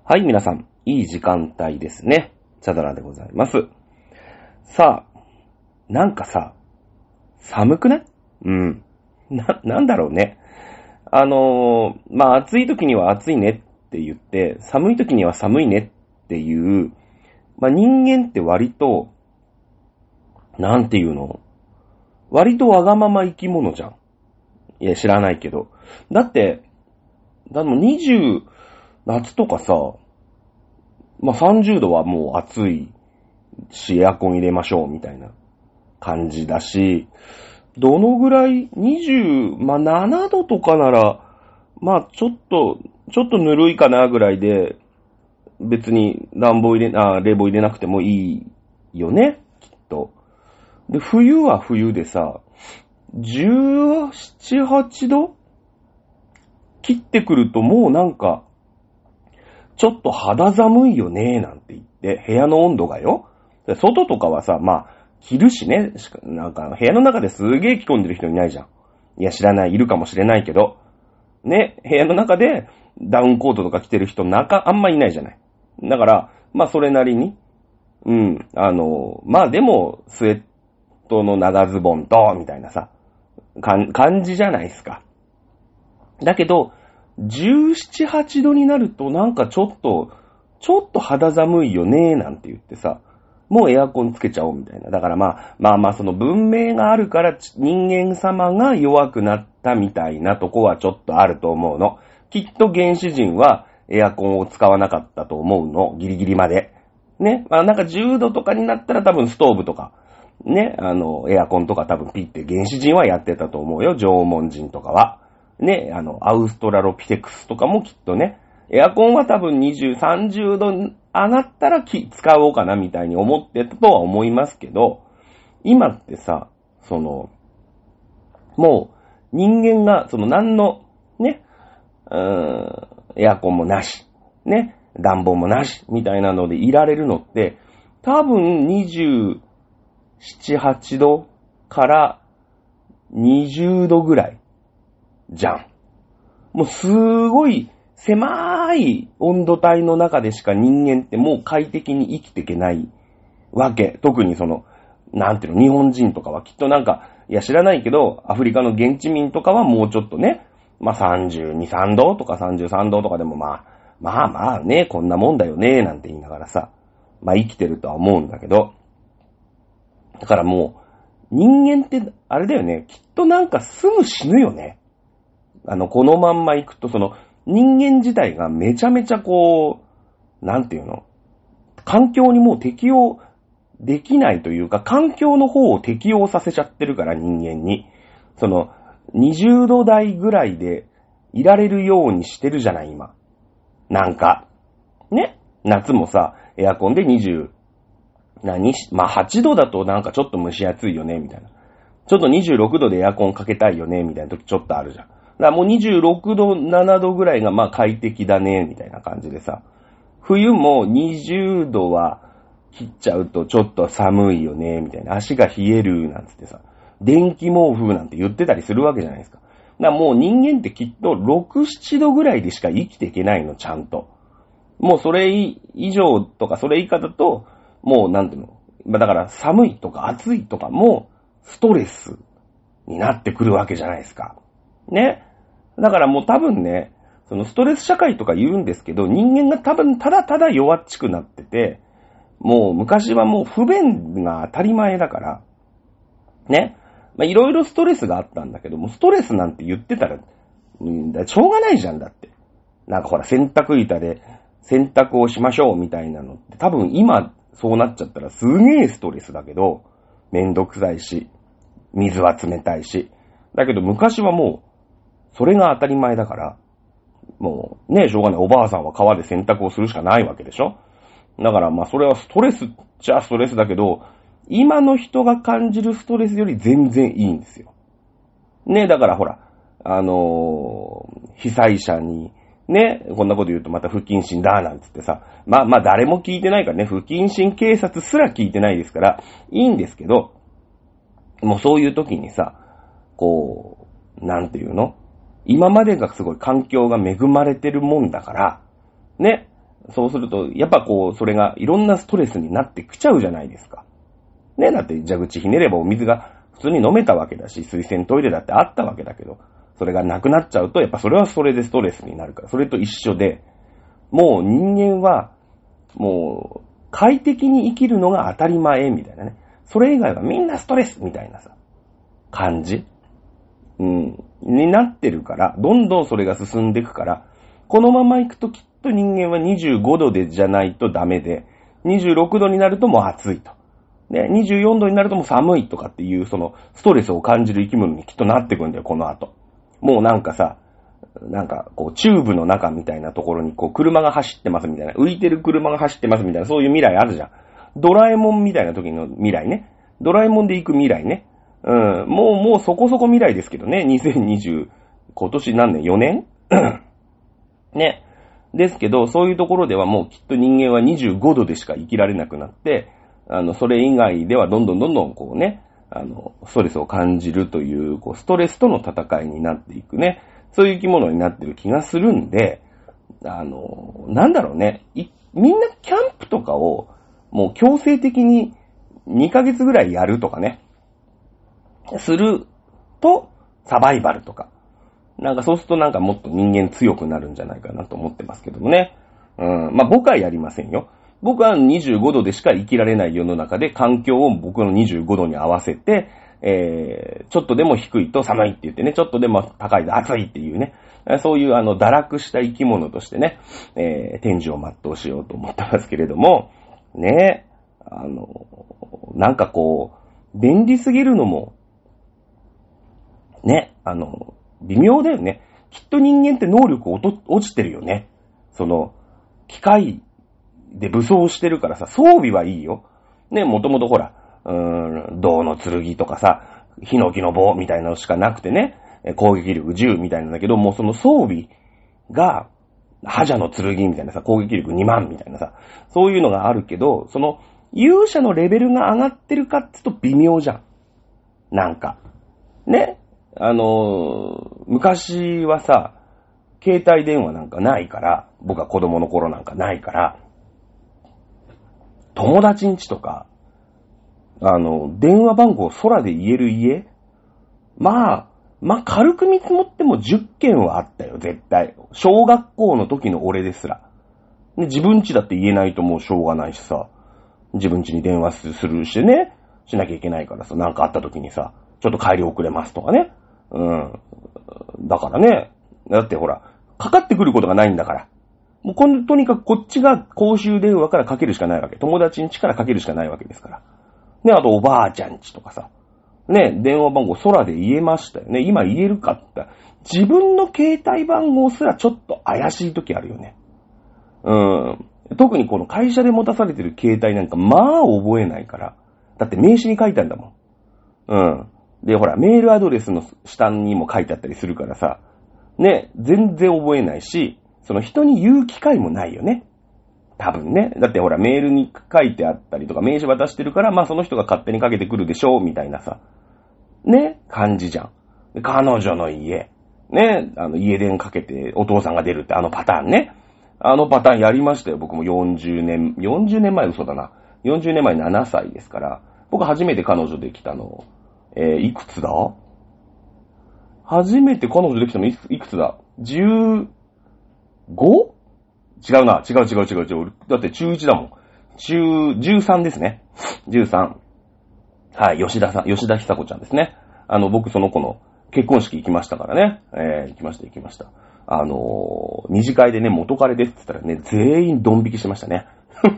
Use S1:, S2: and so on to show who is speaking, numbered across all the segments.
S1: はい、皆さん、いい時間帯ですね。チャドラでございます。さあ、なんかさ、寒くない？なんだろうね。暑い時には暑いねって言って、寒い時には寒いねっていう、人間って割と、なんていうの？割とわがまま生き物じゃん。いや、知らないけど。だって、20、夏とかさ、30度はもう暑いし、エアコン入れましょうみたいな感じだし、どのぐらい、7度とかなら、ちょっとぬるいかなぐらいで、別に冷房入れなくてもいいよね、きっと。で、冬は冬でさ、17、8度切ってくるともうなんか、ちょっと肌寒いよね、なんて言って、部屋の温度がよ。外とかはさ、着るしね、なんか部屋の中ですげえ着込んでる人いないじゃん。いや知らない、いるかもしれないけど、ね、部屋の中でダウンコートとか着てる人あんまいないじゃない。だから、それなりに、でも、スウェットの長ズボンと、みたいなさ、感じじゃないですか。だけど、17、8度になるとなんかちょっと肌寒いよね、なんて言ってさ、もうエアコンつけちゃおうみたいな。だからその文明があるから人間様が弱くなったみたいなとこはちょっとあると思うの。きっと原始人はエアコンを使わなかったと思うの。ギリギリまで。ね。なんか10度とかになったら多分ストーブとか、ね。エアコンとか多分ピッて原始人はやってたと思うよ。縄文人とかは。ね。アウストラロピテクスとかもきっとね。エアコンは多分20、30度上がったら使おうかなみたいに思ってたとは思いますけど、今ってさ、もう人間が何のね、エアコンもなし、ね、暖房もなしみたいなのでいられるのって多分27、8度から20度ぐらいじゃん。もうすごい狭い温度帯の中でしか人間ってもう快適に生きていけないわけ。特に日本人とかはきっといや知らないけど、アフリカの現地民とかはもうちょっとね、32、3度とか33度とかでもね、こんなもんだよね、なんて言いながらさ、生きてるとは思うんだけど、だからもう、人間ってあれだよね、きっとすぐ死ぬよね。このまんま行くと人間自体がめちゃめちゃ環境にもう適応できないというか、環境の方を適応させちゃってるから人間に。20度台ぐらいでいられるようにしてるじゃない、今。ね。夏もさ、エアコンで8度だとちょっと蒸し暑いよね、みたいな。ちょっと26度でエアコンかけたいよね、みたいな時ちょっとあるじゃん。だからもう26度、7度ぐらいが快適だね、みたいな感じでさ。冬も20度は切っちゃうとちょっと寒いよね、みたいな。足が冷える、なんつってさ。電気毛布なんて言ってたりするわけじゃないですか。だからもう人間ってきっと6、7度ぐらいでしか生きていけないの、ちゃんと。もうそれ以上とかそれ以下だと、もうだから寒いとか暑いとかもストレスになってくるわけじゃないですか。ね。だからもう多分ね、ストレス社会とか言うんですけど、人間が多分ただただ弱っちくなってて、もう昔はもう不便が当たり前だから、ね。いろいろストレスがあったんだけども、ストレスなんて言ってたら、しょうがないじゃんだって。ほら、洗濯板で洗濯をしましょうみたいなのって、多分今そうなっちゃったらすげえストレスだけど、めんどくさいし、水は冷たいし。だけど昔はもう、それが当たり前だから、もうね、しょうがない。おばあさんは川で洗濯をするしかないわけでしょ。だからそれはストレスっちゃストレスだけど、今の人が感じるストレスより全然いいんですよ。ね、だからほら、被災者に、ね、こんなこと言うとまた不謹慎だなんつってさ、誰も聞いてないからね、不謹慎警察すら聞いてないですから、いいんですけど、もうそういう時にさ、なんていうの？今までがすごい環境が恵まれてるもんだから、ね、 そうすると、やっぱこう、それがいろんなストレスになってきちゃうじゃないですか。ね、だって蛇口ひねればお水が普通に飲めたわけだし、水洗トイレだってあったわけだけど、それがなくなっちゃうと、やっぱそれはそれでストレスになるから、それと一緒で、もう人間は、もう、快適に生きるのが当たり前みたいなね。それ以外はみんなストレスみたいなさ、感じになってるから、どんどんそれが進んでいくから、このまま行くときっと人間は25度でじゃないとダメで、26度になるともう暑いと。で、24度になるともう寒いとかっていう、そのストレスを感じる生き物にきっとなってくるんだよ、この後。もうなんかさ、なんかこうチューブの中みたいなところにこう車が走ってますみたいな、浮いてる車が走ってますみたいな、そういう未来あるじゃん。ドラえもんみたいな時の未来ね。ドラえもんで行く未来ね。もうそこそこ未来ですけどね。2020、今年何年 ?4 年ね。ですけど、そういうところではもうきっと人間は25度でしか生きられなくなって、それ以外ではどんどんこうね、ストレスを感じるという、こう、ストレスとの戦いになっていくね。そういう生き物になってる気がするんで、なんだろうね。みんなキャンプとかを、もう強制的に2ヶ月ぐらいやるとかね。すると、サバイバルとか。なんかそうするとなんかもっと人間強くなるんじゃないかなと思ってますけどもね。まあ僕はやりませんよ。僕は25度でしか生きられない世の中で環境を僕の25度に合わせて、ちょっとでも低いと寒いって言ってね、ちょっとでも高いと暑いっていうね、そういう堕落した生き物としてね、天寿を全うしようと思ってますけれども、ね、なんかこう、便利すぎるのも、ね、微妙だよね。きっと人間って能力落ちてるよね。その、機械で武装してるからさ、装備はいいよ。ね、もともとほら、銅の剣とかさ、ヒノキの棒みたいなのしかなくてね、攻撃力10みたいなんだけど、もうその装備が、覇者の剣みたいなさ、攻撃力2万みたいなさ、そういうのがあるけど、その、勇者のレベルが上がってるかって言うと微妙じゃん。なんか。ね。昔はさ、携帯電話なんかないから、僕は子供の頃なんかないから、友達ん家とか、電話番号空で言える家まあ、軽く見積もっても10件はあったよ、絶対。小学校の時の俺ですら。で、自分家だって言えないともうしょうがないしさ、自分家に電話するしてね、しなきゃいけないからさ、なんかあった時にさ、ちょっと帰り遅れますとかね。だからね、だってほら、かかってくることがないんだから。もうとにかくこっちが公衆電話からかけるしかないわけ。友達ん家からかけるしかないわけですから。ね、あとおばあちゃん家とかさ。ね、電話番号空で言えましたよね。今言えるかって。自分の携帯番号すらちょっと怪しい時あるよね。特にこの会社で持たされてる携帯なんかまあ覚えないから。だって名刺に書いてあるんだもん。で、ほら、メールアドレスの下にも書いてあったりするからさ。ね、全然覚えないし、その人に言う機会もないよね。多分ね。だってほら、メールに書いてあったりとか、名刺渡してるから、まあその人が勝手にかけてくるでしょう、みたいなさ。ね、感じじゃん。彼女の家。ね、家電かけてお父さんが出るってあのパターンね。あのパターンやりましたよ。僕も40年前嘘だな。40年前7歳ですから。僕初めて彼女できたの、いくつだ？初めて彼女できたのいくつだ？ 15？ 違うな。違う。だって中1だもん。13ですね。13。はい、吉田久子ちゃんですね。僕その子の結婚式行きましたからね。行きました。二次会でね、元彼ですって言ったらね、全員ドン引きしましたね。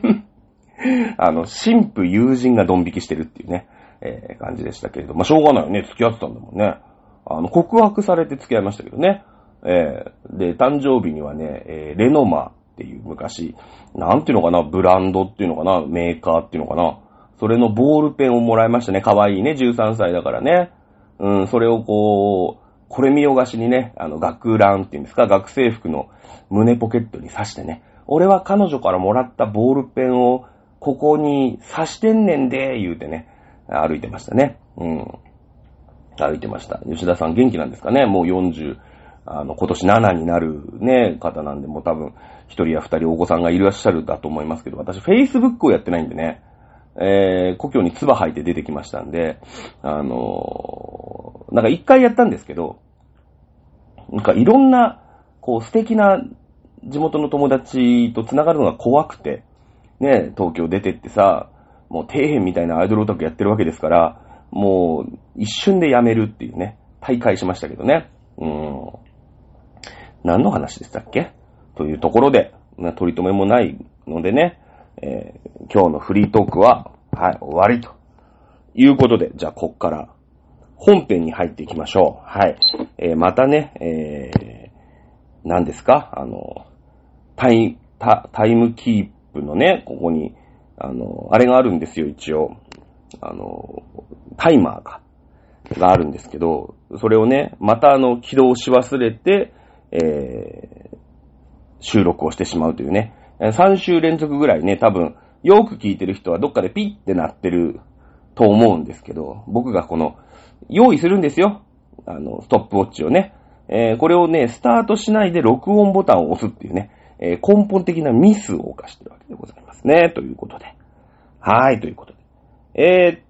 S1: 新婦友人がドン引きしてるっていうね、感じでしたけれど、まあ、しょうがないよね。付き合ってたんだもんね。告白されて付き合いましたけどね。で、誕生日にはね、レノマっていう昔、なんていうのかな、ブランドっていうのかな、メーカーっていうのかな、それのボールペンをもらいましたね。かわいいね、13歳だからね。それをこれ見よがしにね、学ランっていうんですか、学生服の胸ポケットに刺してね、俺は彼女からもらったボールペンをここに刺してんねんで、言うてね、歩いてましたね。歩いてました。吉田さん元気なんですかね。もう40、今年7になるね、方なんで、もう多分、 一人や二人お子さんがいらっしゃるだと思いますけど、私 Facebook をやってないんでね、故郷に唾吐いて出てきましたんで、なんか一回やったんですけど、なんかいろんな、こう素敵な地元の友達と繋がるのが怖くて、ね、東京出てってさ、もう底辺みたいなアイドルオタクやってるわけですから、もう一瞬でやめるっていうね、大会しましたけどね。何の話でしたっけというところで、取り留めもないのでね、今日のフリートークは、はい、終わりということで、じゃあこっから本編に入っていきましょう。はい。またね、何ですかタイムキープのね、ここに、あれがあるんですよ、一応。タイマーがあるんですけど、それをね、また起動し忘れて、収録をしてしまうというね。3週連続ぐらいね、多分、よく聞いてる人はどっかでピッてなってると思うんですけど、僕が用意するんですよ。ストップウォッチをね。これをね、スタートしないで録音ボタンを押すっていうね、根本的なミスを犯してるわけでございますね。ということで。はい、ということで。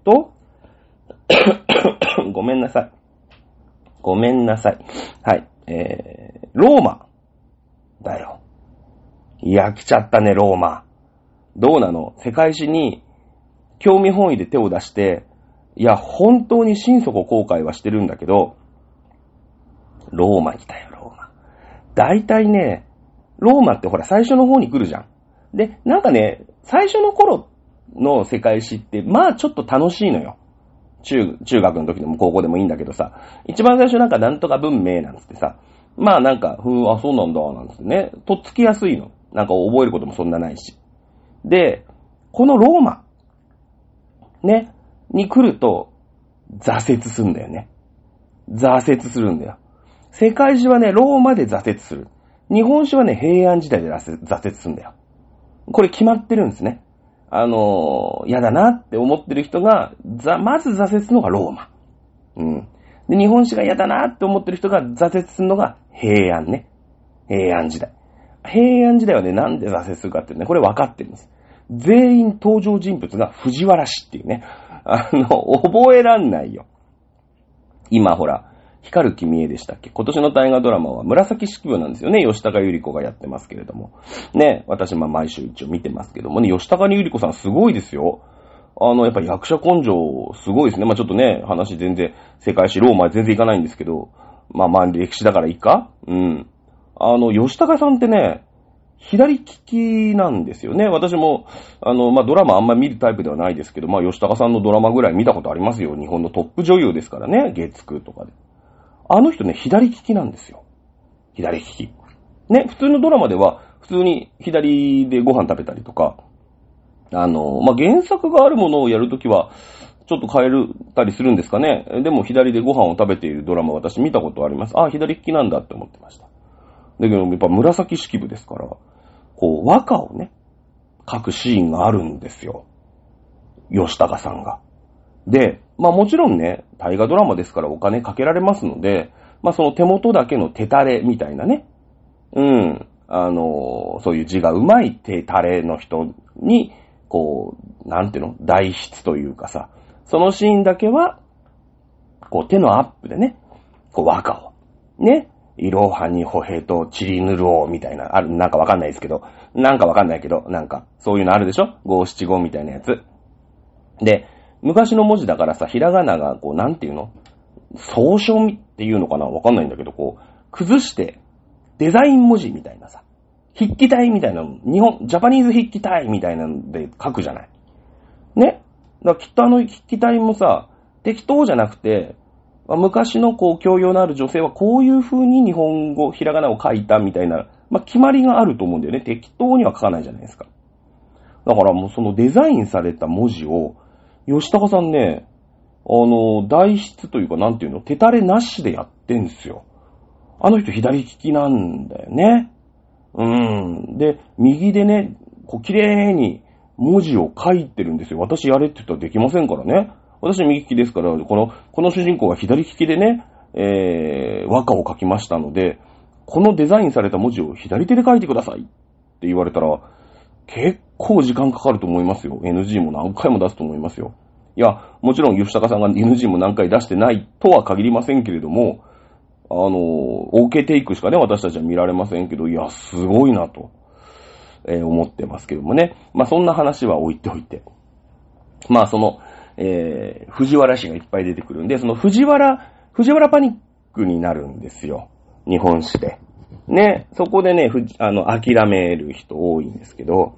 S1: ごめんなさい。ごめんなさい。はい。ローマ。だよ。いや、来ちゃったね、ローマ。どうなの？世界史に興味本位で手を出して、いや、本当に心底後悔はしてるんだけど、ローマ来たよ、ローマ。大体ね、ローマってほら最初の方に来るじゃん。で、なんかね、最初の頃の世界史って、まあちょっと楽しいのよ。中学の時でも高校でもいいんだけどさ、一番最初なんかなんとか文明なんつってさ、まあなんか、あ、そうなんだ、なんつってね、とっつきやすいの。なんか覚えることもそんなないし。で、このローマ、ね、に来ると、挫折するんだよね。挫折するんだよ。世界史はね、ローマで挫折する。日本史はね、平安時代で挫折するんだよ。これ決まってるんですね。嫌だなって思ってる人が、まず挫折するのがローマ。で、日本史が嫌だなって思ってる人が挫折するのが平安ね。平安時代。平安時代はね、なんで挫折するかっていうね、これ分かってるんです。全員登場人物が藤原氏っていうね。覚えらんないよ。今ほら、光る君へでしたっけ？今年の大河ドラマは紫式部なんですよね。吉高由里子がやってますけれども。ね、私毎週一応見てますけどもね、吉高由里子さんすごいですよ。やっぱ役者根性すごいですね。まあちょっとね、話全然、世界史ローマ全然いかないんですけど、まあ歴史だからいいか？吉高さんってね、左利きなんですよね。私も、まあドラマあんまり見るタイプではないですけど、まあ吉高さんのドラマぐらい見たことありますよ。日本のトップ女優ですからね、月9とかで。あの人ね、左利きなんですよ。左利き。ね、普通のドラマでは、普通に左でご飯食べたりとか、まあ、原作があるものをやるときは、ちょっと変えたりするんですかね。でも左でご飯を食べているドラマ私見たことあります。あ、左利きなんだって思ってました。だけど、やっぱ紫式部ですから、こう、和歌をね、書くシーンがあるんですよ。吉高さんが。で、まあもちろんね、大河ドラマですからお金かけられますので、まあその手元だけの手タレみたいなね、そういう字がうまい手タレの人に、こう、なんていうの？代筆というかさ、そのシーンだけは、こう手のアップでね、こう和歌を、ね、いろはにほへとちりぬるおみたいな、なんかわかんないですけど、なんかそういうのあるでしょ？五七五みたいなやつ。で、昔の文字だからさ、ひらがなが、こう、なんていうの？総称っていうのかな？わかんないんだけど、こう、崩して、デザイン文字みたいなさ、筆記体みたいなの、ジャパニーズ筆記体みたいなので書くじゃない。ね？だからきっと筆記体もさ、適当じゃなくて、昔のこう、教養のある女性はこういう風に日本語、ひらがなを書いたみたいな、まあ、決まりがあると思うんだよね。適当には書かないじゃないですか。だからもうそのデザインされた文字を、吉高さんね、代筆というかなんていうの、手タレなしでやってんですよ。あの人左利きなんだよね。で、右でね、こう綺麗に文字を書いてるんですよ。私やれって言ったらできませんからね。私右利きですから、この主人公は左利きでね、和歌を書きましたので、このデザインされた文字を左手で書いてくださいっって言われたら、結構時間かかると思いますよ。NG も何回も出すと思いますよ。いや、もちろん吉高さんが NG も何回出してないとは限りませんけれども、OK テイクしかね、私たちは見られませんけど、いや、すごいなと、思ってますけどもね。まあ、そんな話は置いておいて。まあ、藤原氏がいっぱい出てくるんで、その藤原パニックになるんですよ。日本史で。ね、そこでね、諦める人多いんですけど、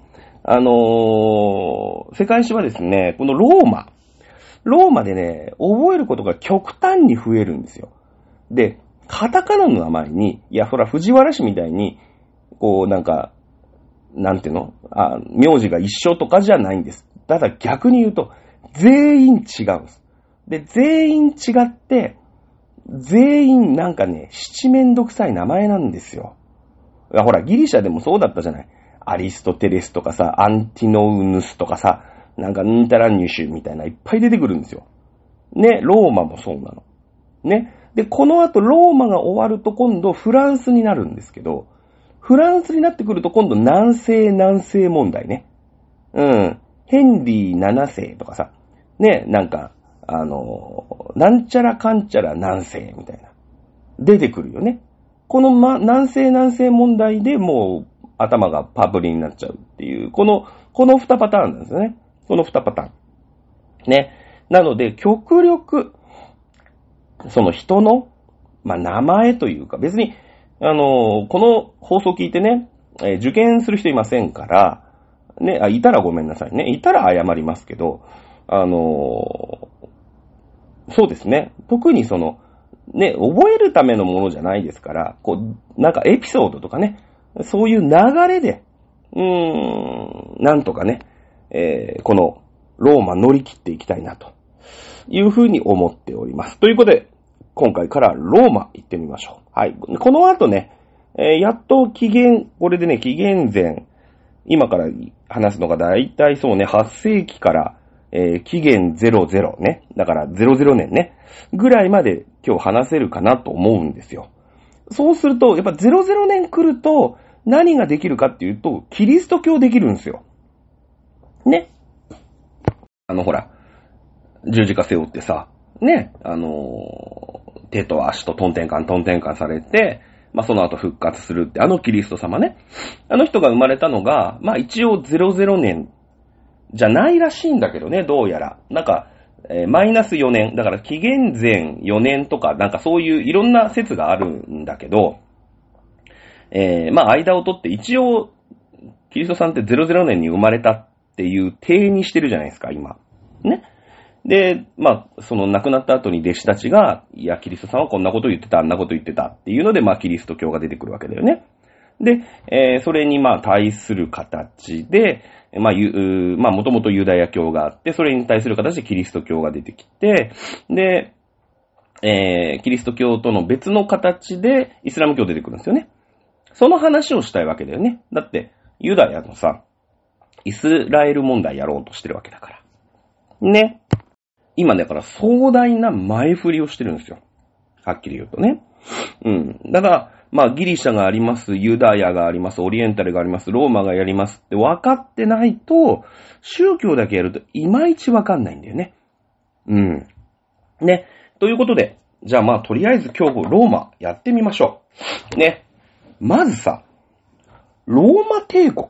S1: 世界史はですね、このローマでね、覚えることが極端に増えるんですよ。で、カタカナの名前に、いや、そら藤原氏みたいに、こう、なんか、なんていうの？名字が一緒とかじゃないんです。ただ逆に言うと、全員違うんです。で、全員違って、全員なんかね、七めんどくさい名前なんですよ。いやほら、ギリシャでもそうだったじゃない。アリストテレスとかさ、アンティノウヌスとかさ、なんかンタラニュシュみたいないっぱい出てくるんですよ。ね、ローマもそうなの。ね。で、この後ローマが終わると今度フランスになるんですけど、フランスになってくると今度南西問題ね。うん。ヘンリー7世とかさ、ね、なんか、なんちゃらかんちゃら南西みたいな。出てくるよね。この南西問題でもう頭がパブリになっちゃうっていう、この2パターンなんですよね。この2パターン。ね。なので、極力、その人の、名前というか、別に、この放送聞いてね、受験する人いませんから、ね、いたらごめんなさいね。いたら謝りますけど、そうですね。特に覚えるためのものじゃないですから、なんかエピソードとかね、そういう流れで、なんとかね、このローマ乗り切っていきたいなというふうに思っております。ということで、今回からローマ行ってみましょう。はい。この後ね、やっとこれでね、紀元前、今から話すのがだいたいそうね、8世紀から、紀元00ね、だから00年ね、ぐらいまで今日話せるかなと思うんですよ。そうすると、やっぱ00年来ると何ができるかっていうと、キリスト教できるんですよ。ね。ほら、十字架背負ってさ、ね、手と足とトンテンカンされて、その後復活するって、キリスト様ね。あの人が生まれたのが、一応00年じゃないらしいんだけどね、どうやら。なんか、マイナス4年。だから紀元前4年とか、なんかそういういろんな説があるんだけど、間を取って一応、キリストさんって00年に生まれたっていう体にしてるじゃないですか、今。ね。で、その亡くなった後に弟子たちが、いや、キリストさんはこんなこと言ってた、あんなこと言ってたっていうので、キリスト教が出てくるわけだよね。で、それに対する形で、もともとユダヤ教があって、それに対する形でキリスト教が出てきて、で、キリスト教との別の形でイスラム教出てくるんですよね。その話をしたいわけだよね。だって、ユダヤのさ、イスラエル問題やろうとしてるわけだから。ね。今だから壮大な前振りをしてるんですよ。はっきり言うとね。だから、ギリシャがあります、ユダヤがあります、オリエンタルがあります、ローマがやりますって分かってないと、宗教だけやるといまいち分かんないんだよね。ね。ということで、じゃあとりあえず今日ローマやってみましょう。ね。まずさ、ローマ帝国。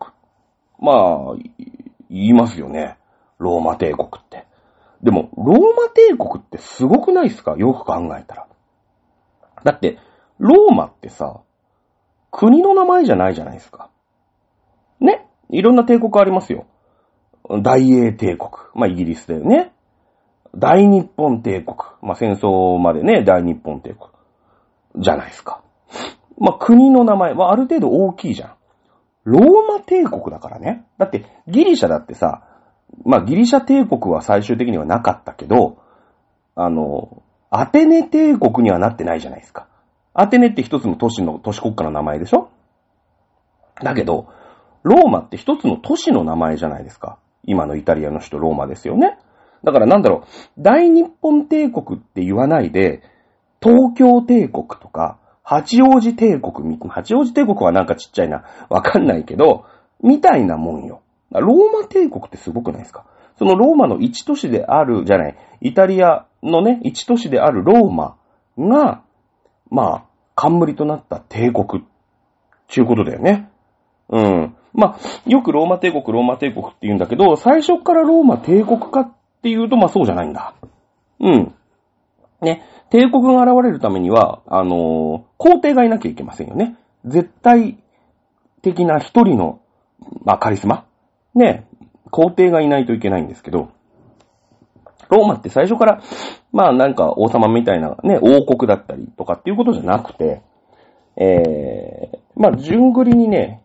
S1: 言いますよね。ローマ帝国って。でも、ローマ帝国ってすごくないですか？よく考えたら。だって、ローマってさ、国の名前じゃないじゃないですか。ね？いろんな帝国ありますよ。大英帝国。イギリスだよね。大日本帝国。戦争までね、大日本帝国。じゃないですか。国の名前はある程度大きいじゃん。ローマ帝国だからね。だって、ギリシャだってさ、ギリシャ帝国は最終的にはなかったけど、アテネ帝国にはなってないじゃないですか。アテネって一つの都市国家の名前でしょ？だけど、ローマって一つの都市の名前じゃないですか。今のイタリアの首都ローマですよね。だから大日本帝国って言わないで、東京帝国とか、八王子帝国はなんかちっちゃいな。わかんないけど、 みたいなもんよ。ローマ帝国ってすごくないですか？そのローマの一都市である、イタリアのね、一都市であるローマが、まあ、冠となった帝国っていうことだよね。うん。まあ、よくローマ帝国って言うんだけど、最初からローマ帝国かっていうと、まあそうじゃないんだ。うん。ね、帝国が現れるためには、皇帝がいなきゃいけませんよね。絶対的な一人の、まあカリスマね、皇帝がいないといけないんですけど、ローマって最初から、まあなんか王様みたいなね、王国だったりとかっていうことじゃなくて、まあ順繰りにね、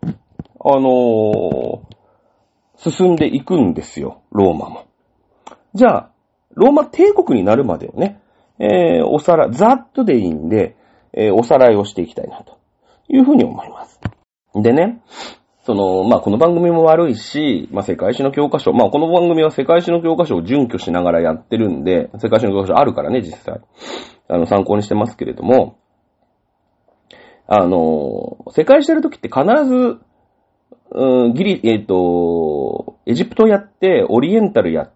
S1: 進んでいくんですよ、ローマも。じゃあ、ローマ帝国になるまでをね、ざっとでいいんで、おさらいをしていきたいなというふうに思います。でね、まあ、この番組も悪いし、まあ、世界史の教科書、まあ、この番組は世界史の教科書を準拠しながらやってるんで、世界史の教科書あるからね、実際。参考にしてますけれども、世界史やるときって必ず、エジプトやって、オリエンタルやって、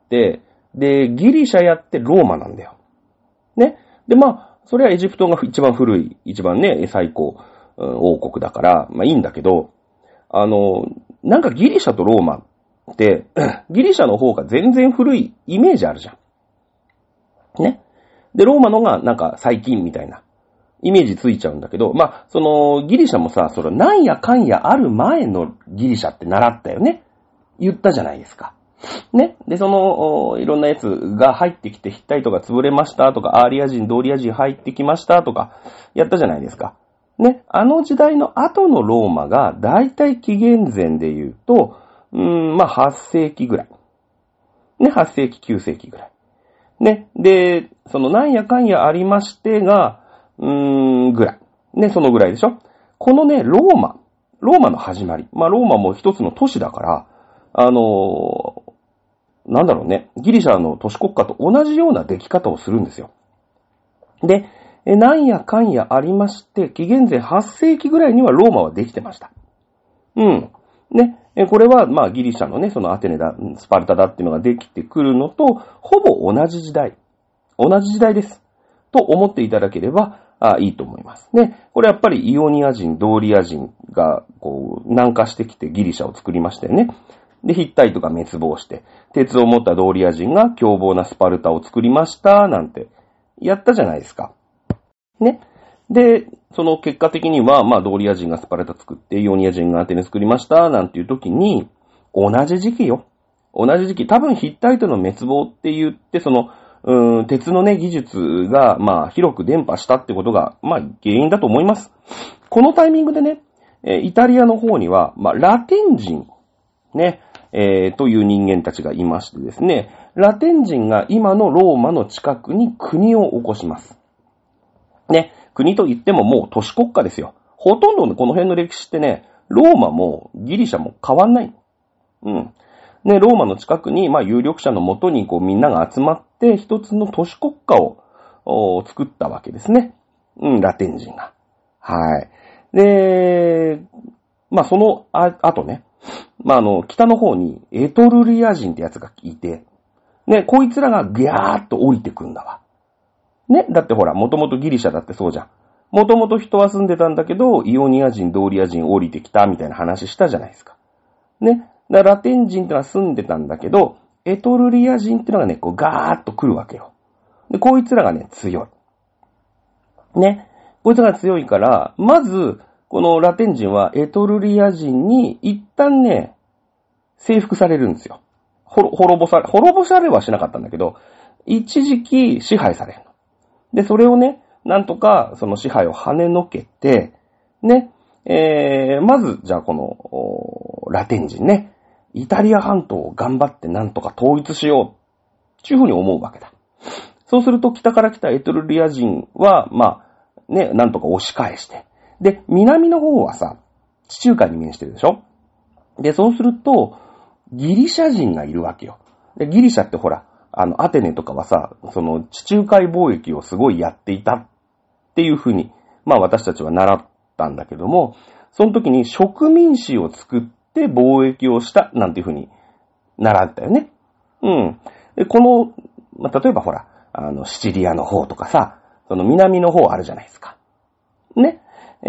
S1: で、ギリシャやってローマなんだよ。ね。で、まあ、それはエジプトが一番古い、一番ね、最高、王国だから、まあいいんだけど、なんかギリシャとローマって、ギリシャの方が全然古いイメージあるじゃん。ね。で、ローマのがなんか最近みたいなイメージついちゃうんだけど、まあ、ギリシャもさ、なんやかんやある前のギリシャって習ったよね。言ったじゃないですか。ね。で、いろんなやつが入ってきて、ヒッタイトが潰れましたとか、アーリア人、ドーリア人入ってきましたとか、やったじゃないですか。ね。あの時代の後のローマが、だいたい紀元前で言うと、まあ、8世紀ぐらい。ね、8世紀、9世紀ぐらい。ね。で、なんやかんやありましてが、ぐらい。ね、そのぐらいでしょ。このね、ローマの始まり。まあ、ローマも一つの都市だから、なんだろうね、ギリシャの都市国家と同じような出来方をするんですよ。で、なんやかんやありまして、紀元前8世紀ぐらいにはローマはできてました。うん。ね、これは、まあ、ギリシャのね、アテネだ、スパルタだっていうのができてくるのと、ほぼ同じ時代です。と思っていただければ、いいと思います。ね、これやっぱりイオニア人、ドーリア人が、南下してきてギリシャを作りましたよね。で、ヒッタイトが滅亡して、鉄を持ったドーリア人が凶暴なスパルタを作りました、なんて、やったじゃないですか。ね。で、結果的には、まあ、ドーリア人がスパルタ作って、イオニア人がアテネ作りました、なんていう時に、同じ時期よ。同じ時期。多分ヒッタイトの滅亡って言って、鉄のね、技術が、まあ、広く伝播したってことが、まあ、原因だと思います。このタイミングでね、イタリアの方には、まあ、ラテン人、ね、という人間たちがいましてですね、ラテン人が今のローマの近くに国を起こします。ね、国といってももう都市国家ですよ。ほとんどのこの辺の歴史ってね、ローマもギリシャも変わんない。うん。ね、ローマの近くに、まあ、有力者のもとに、みんなが集まって、一つの都市国家を作ったわけですね。うん、ラテン人が。はい。で、まあ、あとね、まあ、北の方にエトルリア人ってやつがいて、ね、こいつらがギャーっと降りてくんだわ。ね、だってほら、もともとギリシャだってそうじゃん。もともと人は住んでたんだけど、イオニア人、ドーリア人降りてきたみたいな話したじゃないですか。ね。ラテン人ってのは住んでたんだけど、エトルリア人ってのがね、ガーッと来るわけよ。で、こいつらがね、強い。ね。こいつらが強いから、まず、このラテン人はエトルリア人に一旦ね、征服されるんですよ。滅ぼされはしなかったんだけど、一時期支配されるの。で、それをね、なんとかその支配を跳ねのけて、ね、まず、じゃあこの、ラテン人ね、イタリア半島を頑張ってなんとか統一しよう、っていうふうに思うわけだ。そうすると北から来たエトルリア人は、まあ、ね、なんとか押し返して。で、南の方はさ、地中海に面してるでしょ？で、そうすると、ギリシャ人がいるわけよ。で、ギリシャってほら、アテネとかはさ、地中海貿易をすごいやっていたっていうふうに、まあ私たちは習ったんだけども、その時に植民地を作っって貿易をした、なんていう風に習ったよね。うん。で、この、例えばほら、シチリアの方とかさ、その南の方あるじゃないですか。ね。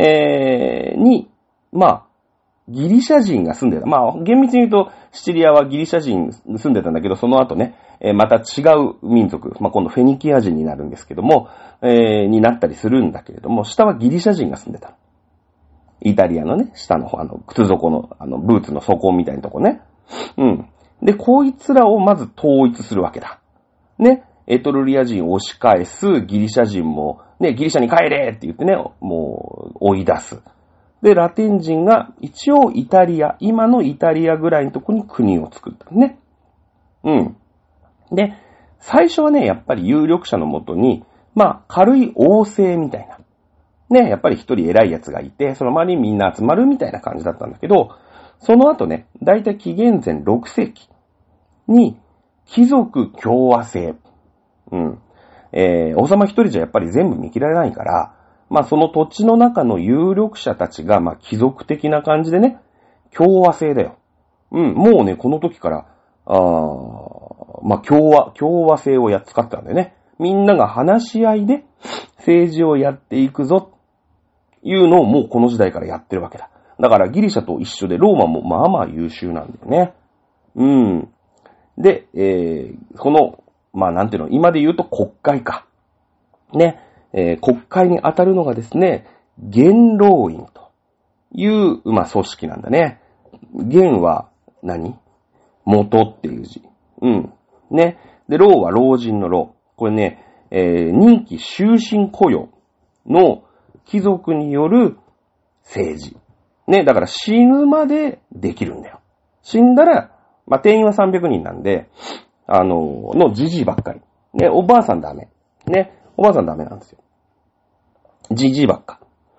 S1: ギリシャ人が住んでた。厳密に言うと、シチリアはギリシャ人住んでたんだけど、その後ね、また違う民族、今度フェニキア人になるんですけども、になったりするんだけれども、下はギリシャ人が住んでた。イタリアのね、下の方、靴底の、ブーツの底みたいなとこね。うん。で、こいつらをまず統一するわけだ。ね。エトルリア人を押し返す、ギリシャ人も、ね、ギリシャに帰れって言ってね、もう、追い出す。で、ラテン人が一応イタリア、今のイタリアぐらいのとこに国を作ったね。うん。で、最初はね、やっぱり有力者のもとに、軽い王政みたいな。ね、やっぱり一人偉いやつがいて、その周りにみんな集まるみたいな感じだったんだけど、その後ね、だいたい紀元前6世紀に、貴族共和制。うん。王様一人じゃやっぱり全部見切られないから、その土地の中の有力者たちが、貴族的な感じでね、共和制だよ。うん、もうね、この時から、共和制を使ってたんだよね。みんなが話し合いで政治をやっていくぞ、いうのをもうこの時代からやってるわけだ。だからギリシャと一緒でローマもまあまあ優秀なんだよね。うん。で、この、なんていうの、今で言うと国会か。ね。国会に当たるのがですね、元老院という、組織なんだね。元は何？元っていう字。うん。ね。で、老は老人の老。これね、任期終身雇用の貴族による政治。ね。だから死ぬまでできるんだよ。死んだら、定員は300人なんで、のじじいばっかり。ね。おばあさんダメ。ね。おばあさんダメなんですよ。じじいばっか。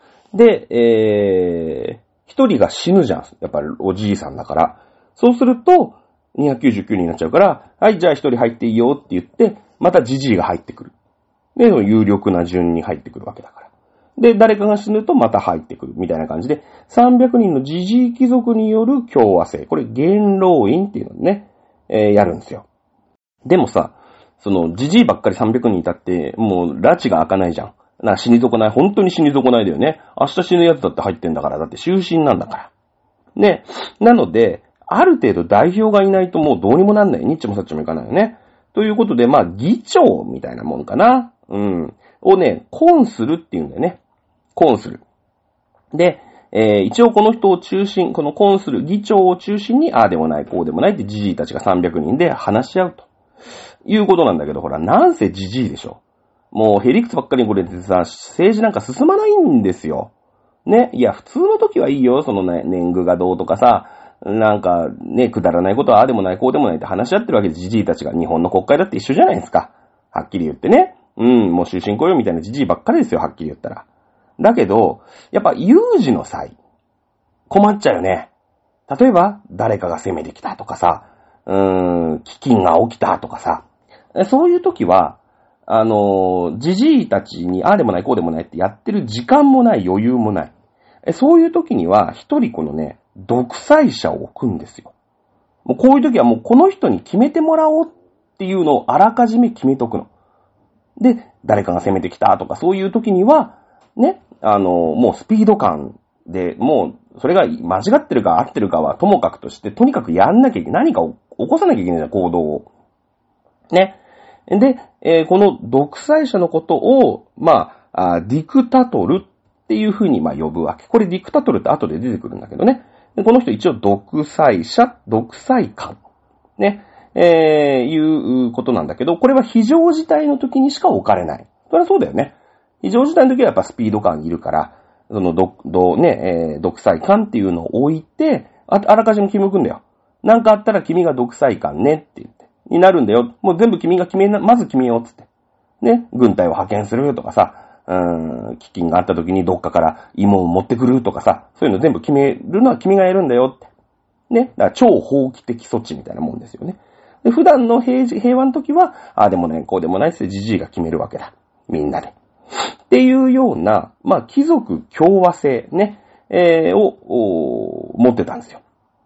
S1: で、一人が死ぬじゃん。やっぱりおじいさんだから。そうすると、299人になっちゃうから、はい、じゃあ一人入っていいよって言って、またじじいが入ってくる。で、有力な順に入ってくるわけだから。で、誰かが死ぬとまた入ってくるみたいな感じで、300人のじじい貴族による共和制。これ、元老院っていうのをね、やるんですよ。でもさ、その、じじいばっかり300人いたって、もう、拉致が開かないじゃん。死に損ない。本当に死に損ないだよね。明日死ぬやつだって入ってんだから。だって終身なんだから。ね。なので、ある程度代表がいないともうどうにもなんない。ニッチもサッチもいかないよね。ということで、議長みたいなもんかな。うん。をね、コンスルって言うんだよね。コンスル。で、一応この人を中心、このコンスル、議長を中心に、ああでもない、こうでもないってじじいたちが300人で話し合うと。いうことなんだけど、ほら、なんせじじいでしょ。もう、へりくつばっかりこれでさ、政治なんか進まないんですよ。ね。いや、普通の時はいいよ。そのね、年貢がどうとかさ、なんか、ね、くだらないことはああでもない、こうでもないって話し合ってるわけで、じじいたちが日本の国会だって一緒じゃないですか。はっきり言ってね。うん、もう終身雇用みたいなじじいばっかりですよ、はっきり言ったら。だけど、やっぱ有事の際、困っちゃうよね。例えば、誰かが攻めてきたとかさ、飢饉が起きたとかさ、そういう時は、じじいたちにああでもないこうでもないってやってる時間もない余裕もない。そういう時には一人このね、独裁者を置くんですよ。もうこういう時はもうこの人に決めてもらおうっていうのをあらかじめ決めとくの。で、誰かが攻めてきたとかそういう時には、ね、もうスピード感で、もうそれが間違ってるか合ってるかはともかくとして、とにかくやんなきゃいけない。何かを起こさなきゃいけないじゃん、行動を。ね。で、この独裁者のことを、ディクタトルっていう風に呼ぶわけ。これディクタトルって後で出てくるんだけどね。でこの人一応独裁者、独裁官。ね。いうことなんだけど、これは非常事態の時にしか置かれない。それはそうだよね。非常事態の時はやっぱスピード感いるから、その独裁官っていうのを置いて、あらかじめ決めおくんだよ。なんかあったら君が独裁官ねって言って。になるんだよ。もう全部君がまず決めようっつって。ね。軍隊を派遣するとかさ、飢饉があった時にどっかから芋を持ってくるとかさ、そういうの全部決めるのは君がやるんだよって。ね。だから超法規的措置みたいなもんですよね。で普段の平和の時は、ああでもない、こうでもないってじじいが決めるわけだ。みんなで。っていうような、貴族共和制ね、を持ってたんですよ。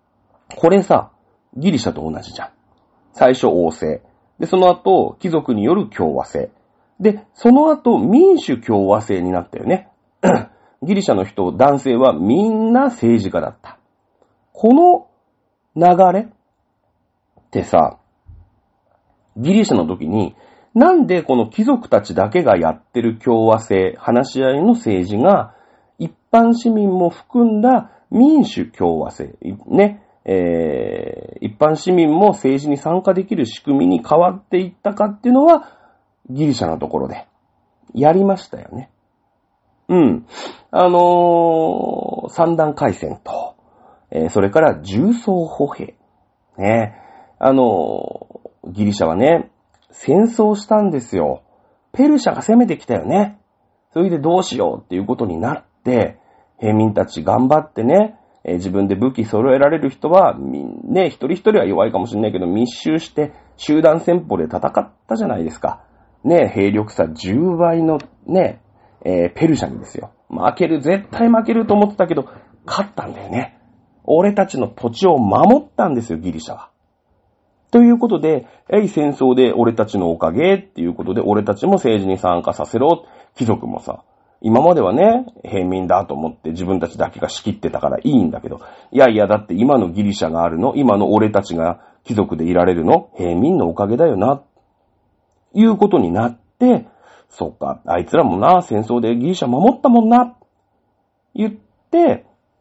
S1: これさ、ギリシャと同じじゃん。最初王政。で、その後、貴族による共和制。で、その後、民主共和制になったよね。ギリシャの人、男性はみんな政治家だった。この流れってさ、ギリシャの時に、なんでこの貴族たちだけがやってる共和制、話し合いの政治が、一般市民も含んだ民主共和制、ね、一般市民も政治に参加できる仕組みに変わっていったかっていうのは、ギリシャのところでやりましたよね。うん。三段階戦と、それから重装歩兵。ね。ギリシャはね、戦争したんですよ。ペルシャが攻めてきたよね。それでどうしようっていうことになって、平民たち頑張ってね、自分で武器揃えられる人は、ね、一人一人は弱いかもしれないけど、密集して集団戦法で戦ったじゃないですか。ね、兵力差10倍のね、ペルシャにですよ。絶対負けると思ってたけど、勝ったんだよね。俺たちの土地を守ったんですよ、ギリシャは。ということで、戦争で俺たちのおかげっていうことで、俺たちも政治に参加させろ。貴族もさ、今まではね、平民だと思って自分たちだけが仕切ってたからいいんだけど、いやいやだって今のギリシャがあるの、今の俺たちが貴族でいられるの、平民のおかげだよな、いうことになって、そっか、あいつらもな、戦争でギリシャ守ったもんな、言って、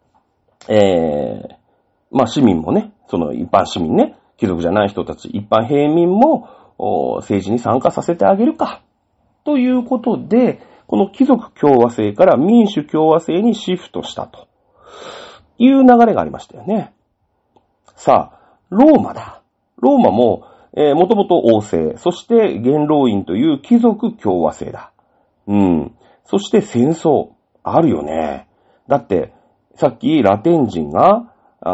S1: 市民もね、その一般市民ね、貴族じゃない人たち、一般平民も政治に参加させてあげるか。ということで、この貴族共和制から民主共和制にシフトしたという流れがありましたよね。さあ、ローマだ。ローマも、もともと王政、そして元老院という貴族共和制だ。うん。そして戦争、あるよね。だって、さっきラテン人が、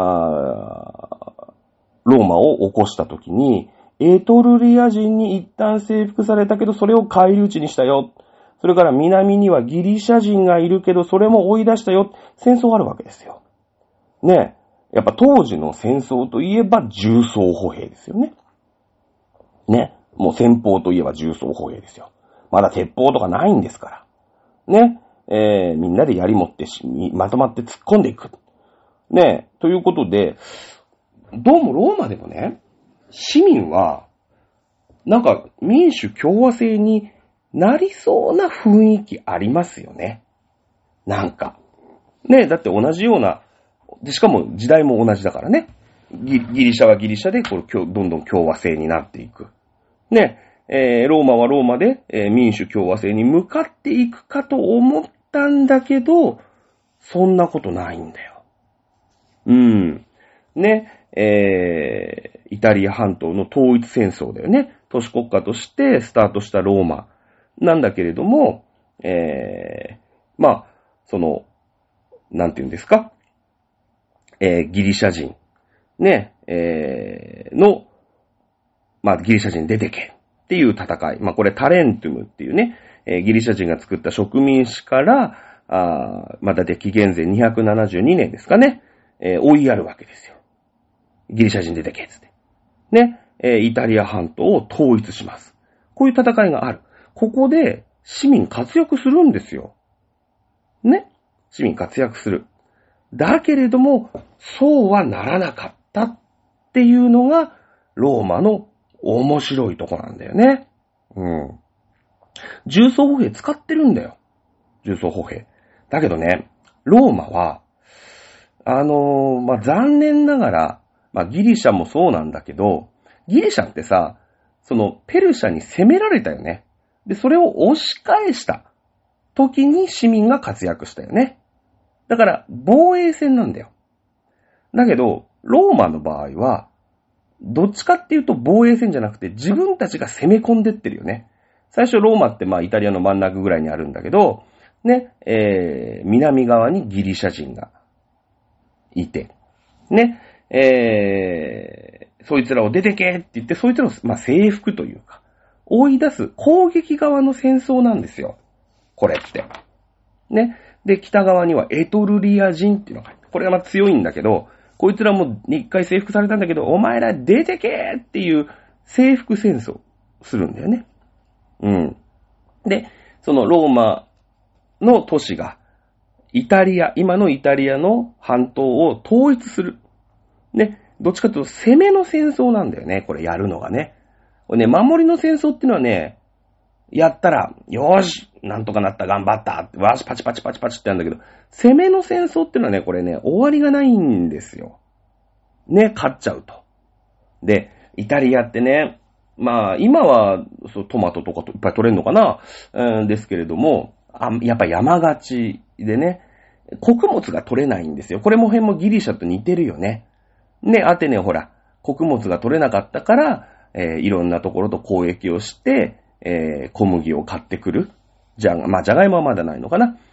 S1: ローマを起こしたときに、エトルリア人に一旦征服されたけど、それを返り討ちにしたよ。それから南にはギリシャ人がいるけど、それも追い出したよ。戦争あるわけですよ。ねえ。やっぱ当時の戦争といえば重装歩兵ですよね。ね。もう戦法といえば重装歩兵ですよ。まだ鉄砲とかないんですから。ね。みんなで槍持ってまとまって突っ込んでいく。ねえ。ということで、どうもローマでもね、市民は、なんか民主共和制になりそうな雰囲気ありますよね。なんか。ね、だって同じような、でしかも時代も同じだからね。ギリシャはギリシャで、どんどん共和制になっていく。ね、ローマはローマで、民主共和制に向かっていくかと思ったんだけど、そんなことないんだよ。うん。ね、イタリア半島の統一戦争だよね。都市国家としてスタートしたローマなんだけれども、なんて言うんですか、ギリシャ人、ね、ギリシャ人出てけっていう戦い。これタレントゥムっていうね、ギリシャ人が作った植民地から、だって紀元前272年ですかね、追いやるわけですよ。ギリシャ人出てけっつって。ね、イタリア半島を統一します。こういう戦いがある。ここで市民活躍するんですよ。ね。市民活躍する。だけれども、そうはならなかったっていうのが、ローマの面白いとこなんだよね。うん。重装歩兵使ってるんだよ。重装歩兵。だけどね、ローマは、残念ながら、ギリシャもそうなんだけど、ギリシャってさ、そのペルシャに攻められたよね。で、それを押し返した時に市民が活躍したよね。だから防衛戦なんだよ。だけど、ローマの場合は、どっちかっていうと防衛戦じゃなくて自分たちが攻め込んでってるよね。最初ローマってイタリアの真ん中ぐらいにあるんだけど、ね、南側にギリシャ人がいて、ね、そいつらを出てけって言って、そいつらを、征服というか、追い出す攻撃側の戦争なんですよ。これって。ね。で、北側にはエトルリア人っていうのが、これが強いんだけど、 こいつらも一回征服されたんだけど、お前ら出てけっていう征服戦争するんだよね。うん。で、そのローマの都市が、今のイタリアの半島を統一する。ね、どっちかというと攻めの戦争なんだよね、これやるのがね。これね、守りの戦争っていうのはね、やったら、よーし、なんとかなった、頑張った、わーし、パチパチパチパチってやるんだけど、攻めの戦争っていうのはね、これね、終わりがないんですよ。ね、勝っちゃうと。で、イタリアってね、まあ、今は、トマトとかいっぱい取れるのかな、ですけれども、やっぱ山がちでね、穀物が取れないんですよ。これも辺もギリシャと似てるよね。ね、アテネほら、穀物が取れなかったから、いろんなところと交易をして、小麦を買ってくる。じゃがいもはまだないのかな。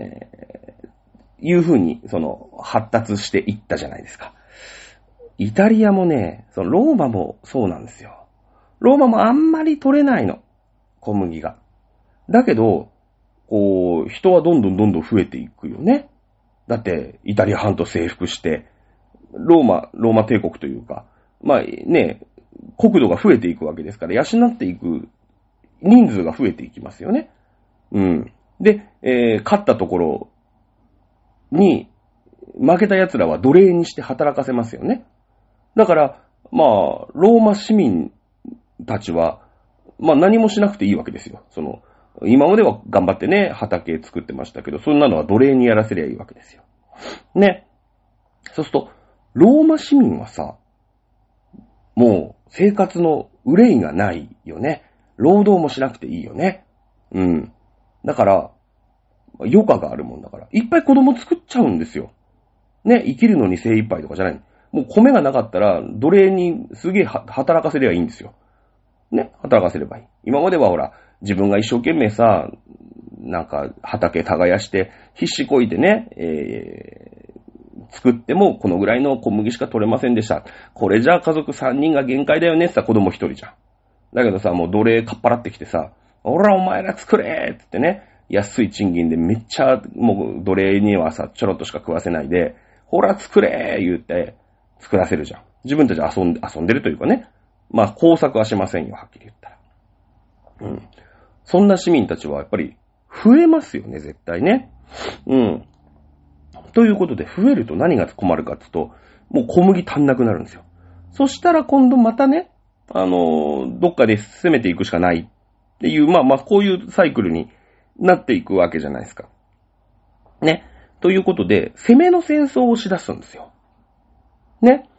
S1: いうふうに、発達していったじゃないですか。イタリアもね、ローマもそうなんですよ。ローマもあんまり取れないの。小麦が。だけど、人はどんどん増えていくよね。だって、イタリア半島征服して、ローマ帝国というか、まあね、国土が増えていくわけですから、養っていく人数が増えていきますよね。うん。で、勝ったところに、負けた奴らは奴隷にして働かせますよね。だから、まあ、ローマ市民たちは、まあ何もしなくていいわけですよ。今までは頑張ってね、畑作ってましたけど、そんなのは奴隷にやらせりゃいいわけですよ。ね。そうすると、ローマ市民はさ、もう生活の憂いがないよね。労働もしなくていいよね。うん。だから、余暇があるもんだから、いっぱい子供作っちゃうんですよ。ね、生きるのに精一杯とかじゃない。もう米がなかったら、奴隷にすげえ働かせればいいんですよ。ね、働かせればいい。今まではほら、自分が一生懸命さ、なんか畑耕して、必死こいてね、作ってもこのぐらいの小麦しか取れませんでした。これじゃあ家族3人が限界だよねってさ、子供1人じゃん。だけどさ、もう奴隷かっぱらってきてさ、ほらお前ら作れってってね、安い賃金でめっちゃ、もう奴隷にはさ、ちょろっとしか食わせないで、ほら作れ言って作らせるじゃん。自分たち遊んでるというかね。まあ工作はしませんよ、はっきり言ったら。うん。そんな市民たちはやっぱり増えますよね、絶対ね。うん。ということで、増えると何が困るかっていうと、もう小麦足んなくなるんですよ。そしたら今度またね、どっかで攻めていくしかないっていう、まあ、こういうサイクルになっていくわけじゃないですか。ね。ということで、攻めの戦争をしだすんですよ。ね。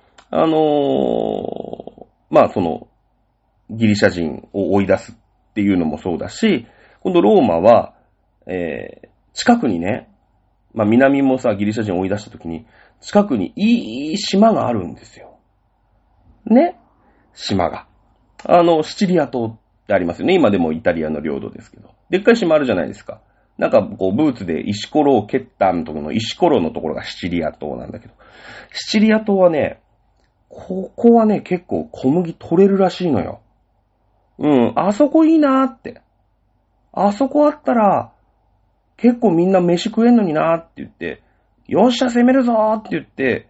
S1: まあ、ギリシャ人を追い出すっていうのもそうだし、今度ローマは、近くにね、まあ南もさ、ギリシャ人を追い出したときに、近くにいい島があるんですよ。ね。島が。シチリア島ってありますよね。今でもイタリアの領土ですけど。でっかい島あるじゃないですか。なんかこう、ブーツで石ころを蹴ったのところの石ころのところがシチリア島なんだけど。シチリア島はね、ここはね、結構小麦取れるらしいのよ。うん、あそこいいなーって。あそこあったら、結構みんな飯食えんのになーって言って、よっしゃ攻めるぞーって言って、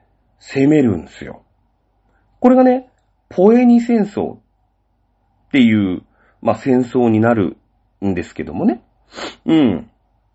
S1: 攻めるんですよ。これがね、ポエニ戦争っていう、まあ、戦争になるんですけどもね。うん。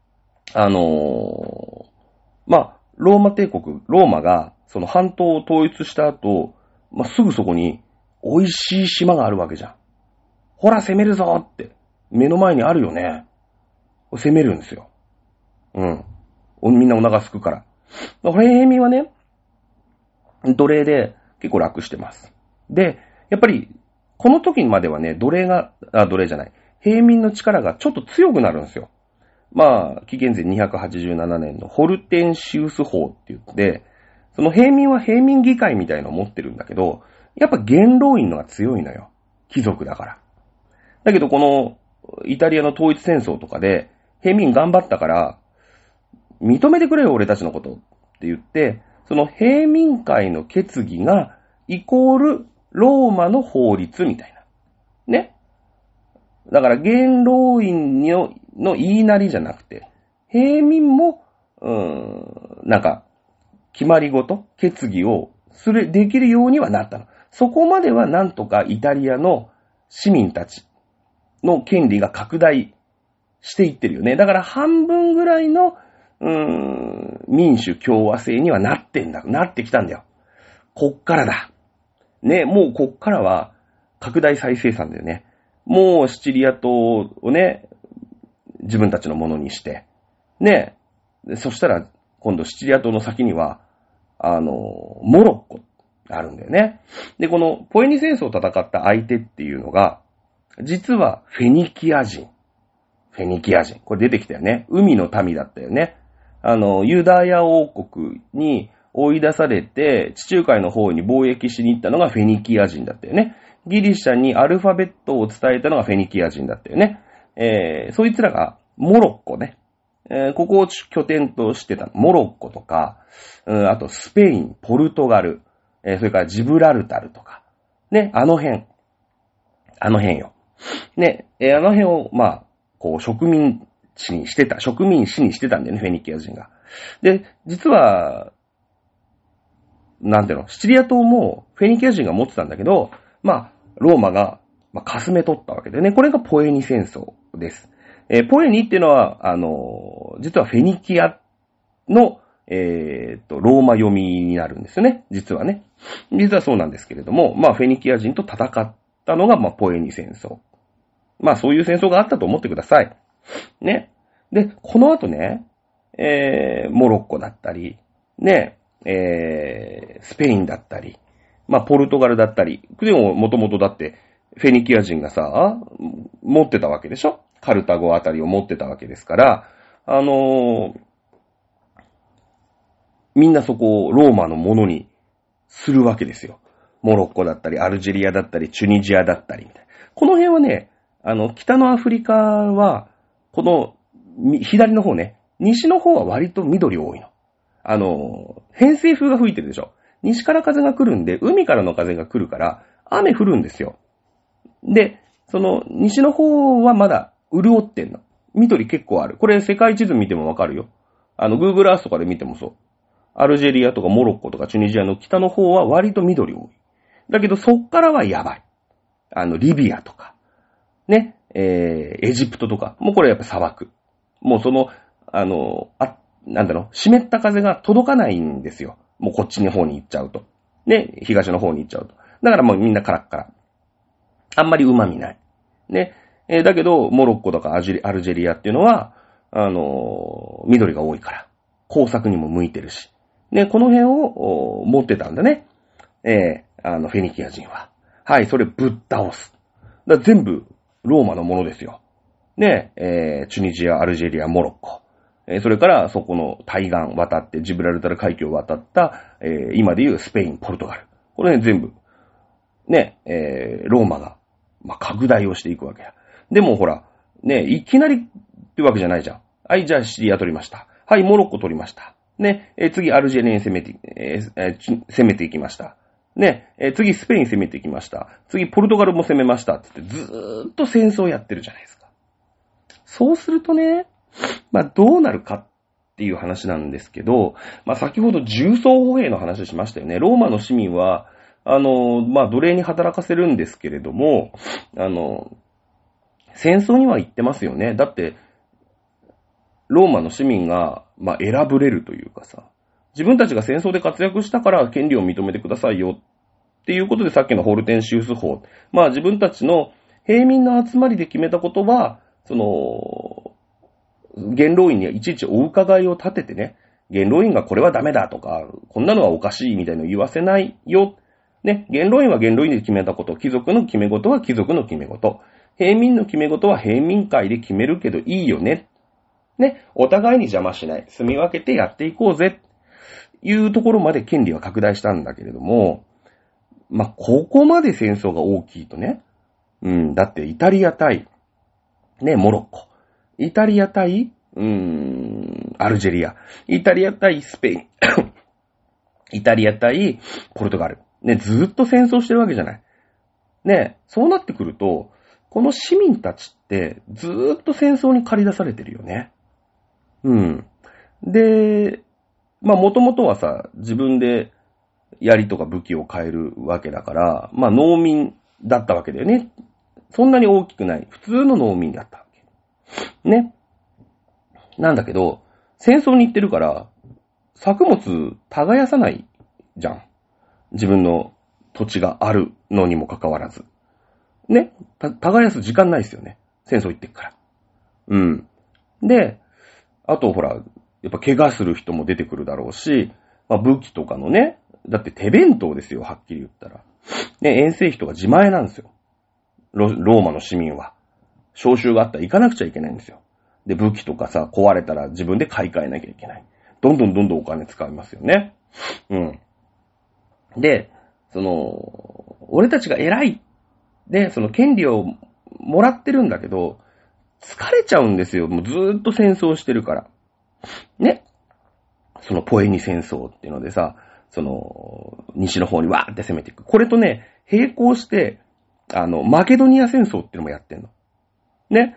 S1: まあ、ローマ帝国、ローマがその半島を統一した後、まあ、すぐそこに美味しい島があるわけじゃん。ほら攻めるぞって。目の前にあるよね。攻めるんですよ。うん。みんなお腹すくから。平民はね、奴隷で結構楽してます。で、やっぱり、この時まではね、奴隷じゃない。平民の力がちょっと強くなるんですよ。まあ、紀元前287年のホルテンシウス法って言って、その平民は平民議会みたいのを持ってるんだけど、やっぱ元老院のが強いのよ。貴族だから。だけどこのイタリアの統一戦争とかで平民頑張ったから認めてくれよ俺たちのことって言って、その平民会の決議がイコールローマの法律みたいな。ね。だから元老院の言いなりじゃなくて、平民も、なんか決まりごと、決議をできるようにはなったの。そこまではなんとかイタリアの市民たちの権利が拡大していってるよね。だから半分ぐらいの、民主共和制にはなってきたんだよ。こっからだ。ね、もうこっからは拡大再生産だよね。もうシチリア島をね、自分たちのものにして、ね、そしたら今度シチリア島の先には、モロッコあるんだよね。で、このポエニ戦争を戦った相手っていうのが、実はフェニキア人。これ出てきたよね。海の民だったよね。ユダヤ王国に追い出されて、地中海の方に貿易しに行ったのがフェニキア人だったよね。ギリシャにアルファベットを伝えたのがフェニキア人だったよね。そいつらがモロッコね。ここを拠点としてた。モロッコとか、あとスペイン、ポルトガル、それからジブラルタルとか。ね、あの辺よ。ね、あの辺を、こう、植民地にしてたんだよね、フェニキア人が。で、実は、なんていうの、シチリア島もフェニキア人が持ってたんだけど、ローマが、かすめ取ったわけでね、これがポエニ戦争です。ポエニっていうのは、実はフェニキアの、ローマ読みになるんですよね、実はね。実はそうなんですけれども、フェニキア人と戦ったのが、ポエニ戦争。そういう戦争があったと思ってください。ね。で、この後ね、モロッコだったり、ね、スペインだったり、ポルトガルだったり、でももともとだって、フェニキア人がさ、持ってたわけでしょ？カルタゴあたりを持ってたわけですから、みんなそこをローマのものにするわけですよ。モロッコだったり、アルジェリアだったり、チュニジアだったりみたいな。この辺はね、北のアフリカは、この、左の方ね、西の方は割と緑多いの。偏西風が吹いてるでしょ。西から風が来るんで、海からの風が来るから、雨降るんですよ。で、その、西の方はまだ潤ってんの。緑結構ある。これ世界地図見てもわかるよ。Google Earth とかで見てもそう。アルジェリアとかモロッコとかチュニジアの北の方は割と緑多い。だけどそっからはやばい。リビアとか。ね、エジプトとか。もうこれやっぱ砂漠。もうその、湿った風が届かないんですよ。もうこっちの方に行っちゃうと。ね、東の方に行っちゃうと。だからもうみんなカラッカラ。あんまり旨味ない。ね、だけど、モロッコとかアルジェリアっていうのは、緑が多いから。工作にも向いてるし。ね、この辺を持ってたんだね。フェニキア人は。はい、それぶっ倒す。だから全部、ローマのものですよ。ね、チュニジア、アルジェリア、モロッコ。それからそこの対岸渡って、ジブラルタル海峡を渡った、今でいうスペイン、ポルトガル。この辺全部、ね、ローマが、拡大をしていくわけや。でもほら、ね、いきなりってわけじゃないじゃん。はい、じゃあシリア取りました。はい、モロッコ取りました。ね、次アルジェリアに攻めていきました。ね、次スペイン攻めていきました。次ポルトガルも攻めましたって言ってずーっと戦争やってるじゃないですか。そうするとね、どうなるかっていう話なんですけど、先ほど重装歩兵の話しましたよね。ローマの市民は、奴隷に働かせるんですけれども、戦争には行ってますよね。だって、ローマの市民が、選ぶれるというかさ、自分たちが戦争で活躍したから権利を認めてくださいよっていうことでさっきのホルテンシウス法。自分たちの平民の集まりで決めたことは、元老院にいちいちお伺いを立ててね、元老院がこれはダメだとか、こんなのはおかしいみたいなのを言わせないよ。ね、元老院は元老院で決めたこと、貴族の決め事は貴族の決め事、平民の決め事は平民会で決めるけどいいよね。ね、お互いに邪魔しない。住み分けてやっていこうぜ。いうところまで権利は拡大したんだけれども、ここまで戦争が大きいとね、だってイタリア対、ね、モロッコ。イタリア対、アルジェリア。イタリア対スペイン。イタリア対ポルトガル。ね、ずっと戦争してるわけじゃない。ね、そうなってくると、この市民たちってずーっと戦争に駆り出されてるよね。で、もともとはさ、自分で、 槍とか武器を変えるわけだから、まあ農民だったわけだよね。そんなに大きくない。普通の農民だったわけ。ね。なんだけど、戦争に行ってるから、作物耕さないじゃん。自分の土地があるのにもかかわらず。ね。耕す時間ないですよね。戦争行ってっから。うん。で、あとほら、やっぱ怪我する人も出てくるだろうし、まあ武器とかのね、だって手弁当ですよ、はっきり言ったら。ね、遠征費とか自前なんですよ。ローマの市民は。召集があったら行かなくちゃいけないんですよ。で、武器とかさ、壊れたら自分で買い替えなきゃいけない。どんどんお金使いますよね。うん。で、俺たちが偉い。で、その権利をもらってるんだけど、疲れちゃうんですよ。もうずーっと戦争してるから。ね。そのポエニ戦争っていうのでさ、西の方にわーって攻めていく。これとね、並行して、マケドニア戦争っていうのもやってんの。ね。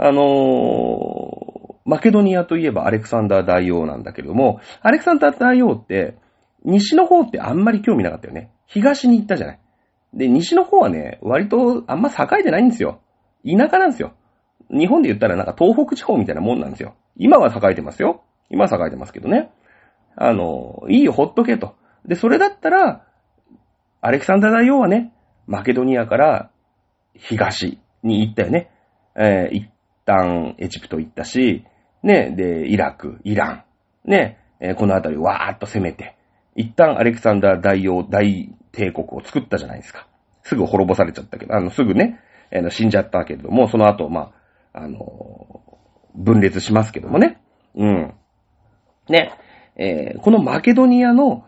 S1: マケドニアといえばアレクサンダー大王なんだけれども、アレクサンダー大王って、西の方ってあんまり興味なかったよね。東に行ったじゃない。で、西の方はね、割とあんま栄えてないんですよ。田舎なんですよ。日本で言ったらなんか東北地方みたいなもんなんですよ。今は栄えてますよ。今は栄えてますけどね。いいよ、ほっとけと。で、それだったら、アレクサンダー大王はね、マケドニアから東に行ったよね。一旦エジプト行ったし、ね、で、イラク、イラン、ね、この辺りをわーっと攻めて、一旦アレクサンダー大王大帝国を作ったじゃないですか。すぐ滅ぼされちゃったけど、すぐね、死んじゃったけれども、その後、まあ、分裂しますけどもね。うん。ね、このマケドニアの、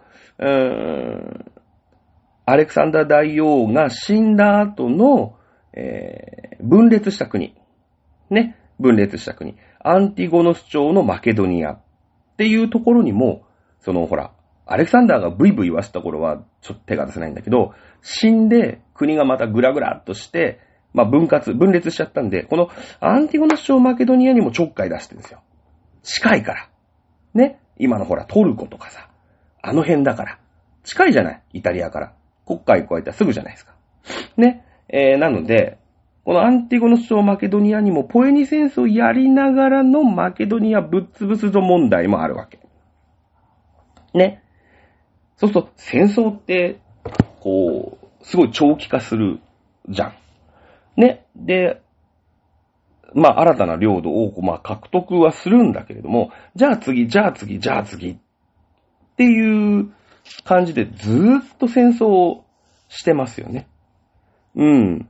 S1: アレクサンダー大王が死んだ後の、分裂した国。ね。分裂した国。アンティゴノス朝のマケドニアっていうところにも、ほら、アレクサンダーがブイブイ言わせた頃はちょっと手が出せないんだけど、死んで国がまたグラグラっとして、まあ分裂しちゃったんで、このアンティゴノス朝マケドニアにもちょっかい出してるんですよ。近いから。ね。今のほらトルコとかさ、あの辺だから。近いじゃない。イタリアから。国海越えたらすぐじゃないですか。ね。なので、このアンティゴノス朝マケドニアにもポエニ戦争やりながらのマケドニアぶっ潰すぞ問題もあるわけ。ね。そうすると戦争って、こう、すごい長期化するじゃん。ね。で、まあ新たな領土をまあ獲得はするんだけれども、じゃあ次っていう感じでずーっと戦争をしてますよね。うん。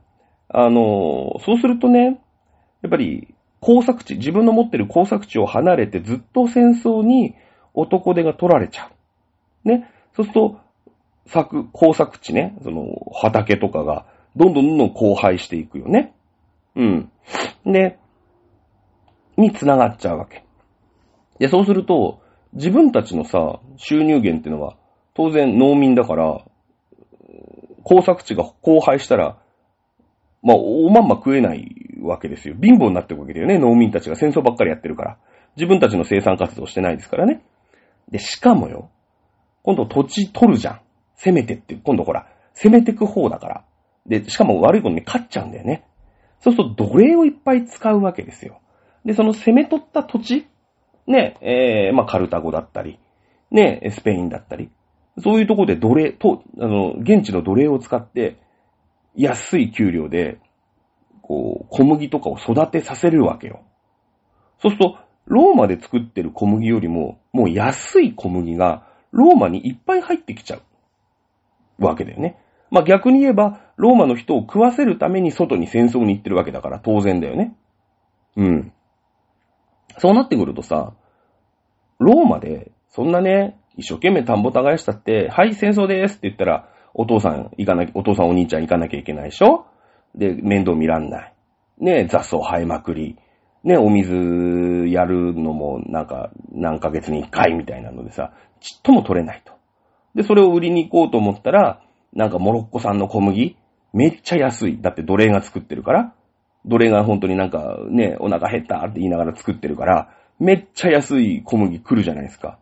S1: そうするとね、やっぱり工作地、自分の持ってる工作地を離れてずっと戦争に男手が取られちゃう。ね。そうすると、工作地ね、畑とかがどんどん荒廃していくよね。うん。で、に繋がっちゃうわけ。で、そうすると、自分たちのさ、収入源っていうのは、当然農民だから、工作地が荒廃したら、まあ、おまんま食えないわけですよ。貧乏になってるわけだよね、農民たちが戦争ばっかりやってるから。自分たちの生産活動してないですからね。で、しかもよ、今度土地取るじゃん。攻めてって、今度ほら、攻めてく方だから。で、しかも悪いことに勝っちゃうんだよね。そうすると奴隷をいっぱい使うわけですよ。で、その攻め取った土地、ね、まあ、カルタゴだったり、ね、スペインだったり、そういうところで現地の奴隷を使って、安い給料で、こう、小麦とかを育てさせるわけよ。そうすると、ローマで作ってる小麦よりも、もう安い小麦が、ローマにいっぱい入ってきちゃうわけだよね。まあ、逆に言えば、ローマの人を食わせるために外に戦争に行ってるわけだから当然だよね。うん。そうなってくるとさ、ローマで、そんなね、一生懸命田んぼ耕したって、はい、戦争ですって言ったら、お父さんお兄ちゃん行かなきゃいけないでしょ？で、面倒見らんない。ね、雑草生えまくり。ね、お水やるのもなんか何ヶ月に一回みたいなのでさ、ちっとも取れないと。で、それを売りに行こうと思ったら、なんかモロッコ産の小麦めっちゃ安い。だって奴隷が作ってるから。奴隷が本当になんかね、お腹減ったって言いながら作ってるから、めっちゃ安い小麦来るじゃないですか。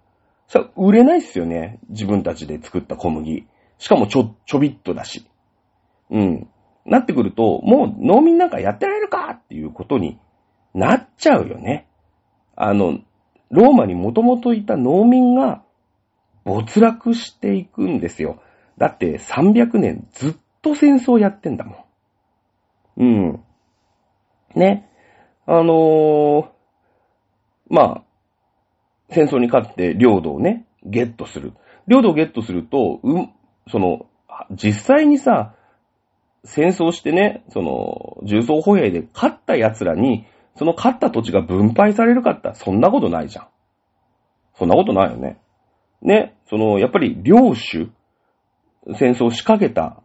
S1: さ、売れないっすよね。自分たちで作った小麦。しかもちょびっとだし。うん。なってくると、もう農民なんかやってられるかっていうことになっちゃうよね。ローマにもともといた農民が没落していくんですよ。だって300年ずっと戦争やってんだもん。うん。ね。まあ、戦争に勝って領土をね、ゲットする。領土をゲットすると、実際にさ、戦争してね、重装歩兵で勝った奴らに、その勝った土地が分配されるかって、そんなことないじゃん。そんなことないよね。ね、やっぱり領主、戦争を仕掛けた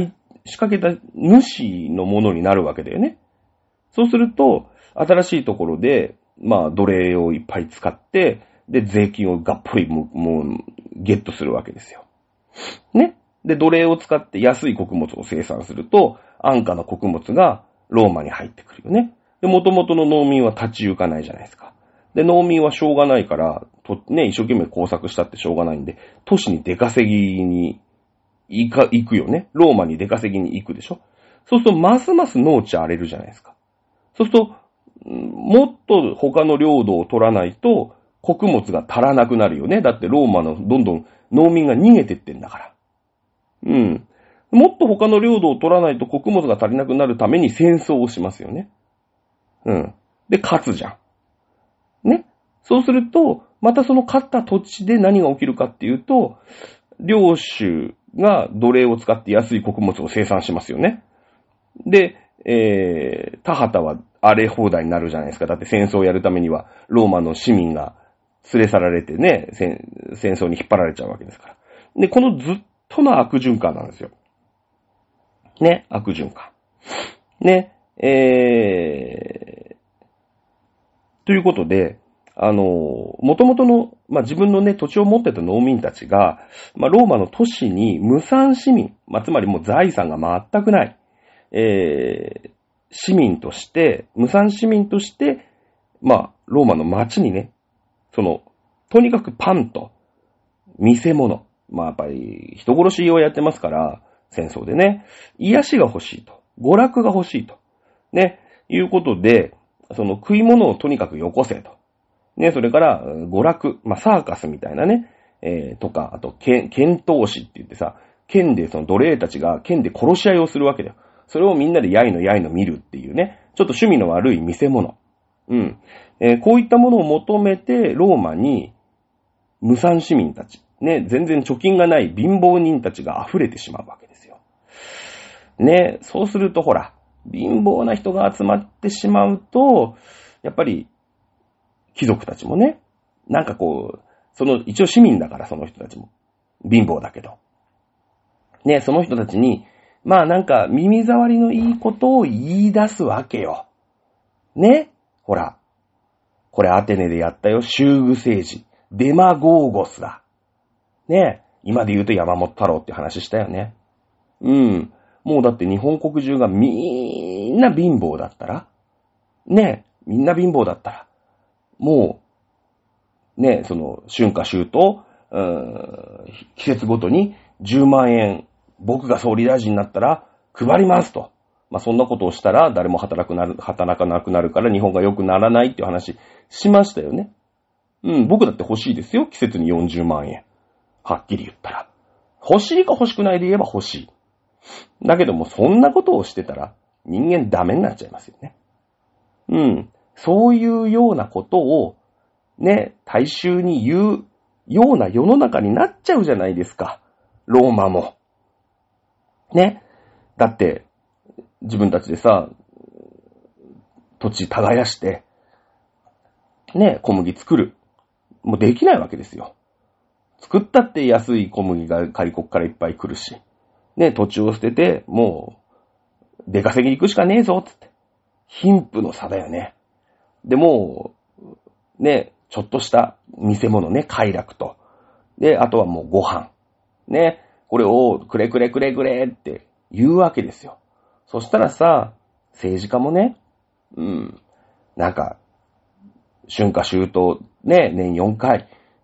S1: 主のものになるわけだよね。そうすると、新しいところで、まあ、奴隷をいっぱい使って、で、税金をがっぽりもう、ゲットするわけですよ。ね。で、奴隷を使って安い穀物を生産すると、安価な穀物がローマに入ってくるよね。で、元々の農民は立ち行かないじゃないですか。で、農民はしょうがないから、一生懸命工作したってしょうがないんで、都市に出稼ぎに行くよね。ローマに出稼ぎに行くでしょ。そうすると、ますます農地荒れるじゃないですか。そうすると、もっと他の領土を取らないと、穀物が足らなくなるよね。だってローマのどんどん農民が逃げてってんだから。うん。もっと他の領土を取らないと穀物が足りなくなるために戦争をしますよね。うん。で、勝つじゃん。ね。そうすると、またその勝った土地で何が起きるかっていうと、領主が奴隷を使って安い穀物を生産しますよね。で、田畑は荒れ放題になるじゃないですか。だって戦争をやるためには、ローマの市民が連れ去られてね、戦争に引っ張られちゃうわけですから。で、このずっとの悪循環なんですよ。ね、悪循環。ね、ということで、元々の、まあ、自分のね、土地を持ってた農民たちが、まあ、ローマの都市に無産市民、まあ、つまりもう財産が全くない、市民として、無産市民として、まあ、ローマの街にね、とにかくパンと、見せ物。まあ、やっぱり、人殺しをやってますから、戦争でね、癒しが欲しいと。娯楽が欲しいと。ね、いうことで、食い物をとにかくよこせと。ね、それから、娯楽、まあ、サーカスみたいなね、とか、あと、剣闘士って言ってさ、剣で奴隷たちが剣で殺し合いをするわけだよ。それをみんなでやいの見るっていうね、ちょっと趣味の悪い見せ物。うん。こういったものを求めて、ローマに、無産市民たち、ね、全然貯金がない貧乏人たちが溢れてしまうわけですよ。ね、そうするとほら、貧乏な人が集まってしまうと、やっぱり、貴族たちもね、なんかこう、一応市民だからその人たちも。貧乏だけど。ね、その人たちに、まあなんか耳障りのいいことを言い出すわけよ。ね、ほら。これアテネでやったよ、修具政治。デマゴーゴスだ。ね、今で言うと山本太郎って話したよね。うん。もうだって日本国中がみんな貧乏だったら、ね、みんな貧乏だったら、もう、ね、春夏秋冬、季節ごとに10万円、僕が総理大臣になったら配りますと。まあ、そんなことをしたら誰も働かなくなるから日本が良くならないっていう話しましたよね。うん、僕だって欲しいですよ。季節に40万円。はっきり言ったら。欲しいか欲しくないで言えば欲しい。だけども、そんなことをしてたら人間ダメになっちゃいますよね。うん。そういうようなことをね、大衆に言うような世の中になっちゃうじゃないですか。ローマも。ね。だって、自分たちでさ、土地耕して、ね、小麦作る。もうできないわけですよ。作ったって安い小麦が仮国からいっぱい来るし。ね、土地を捨てて、もう、出稼ぎに行くしかねえぞ、つって。貧富の差だよね。で、もう、ね、ちょっとした見せ物ね、快楽と。で、あとはもうご飯。ね、これをくれって言うわけですよ。そしたらさ、政治家もね、なんか、春夏秋冬、ね、年4回、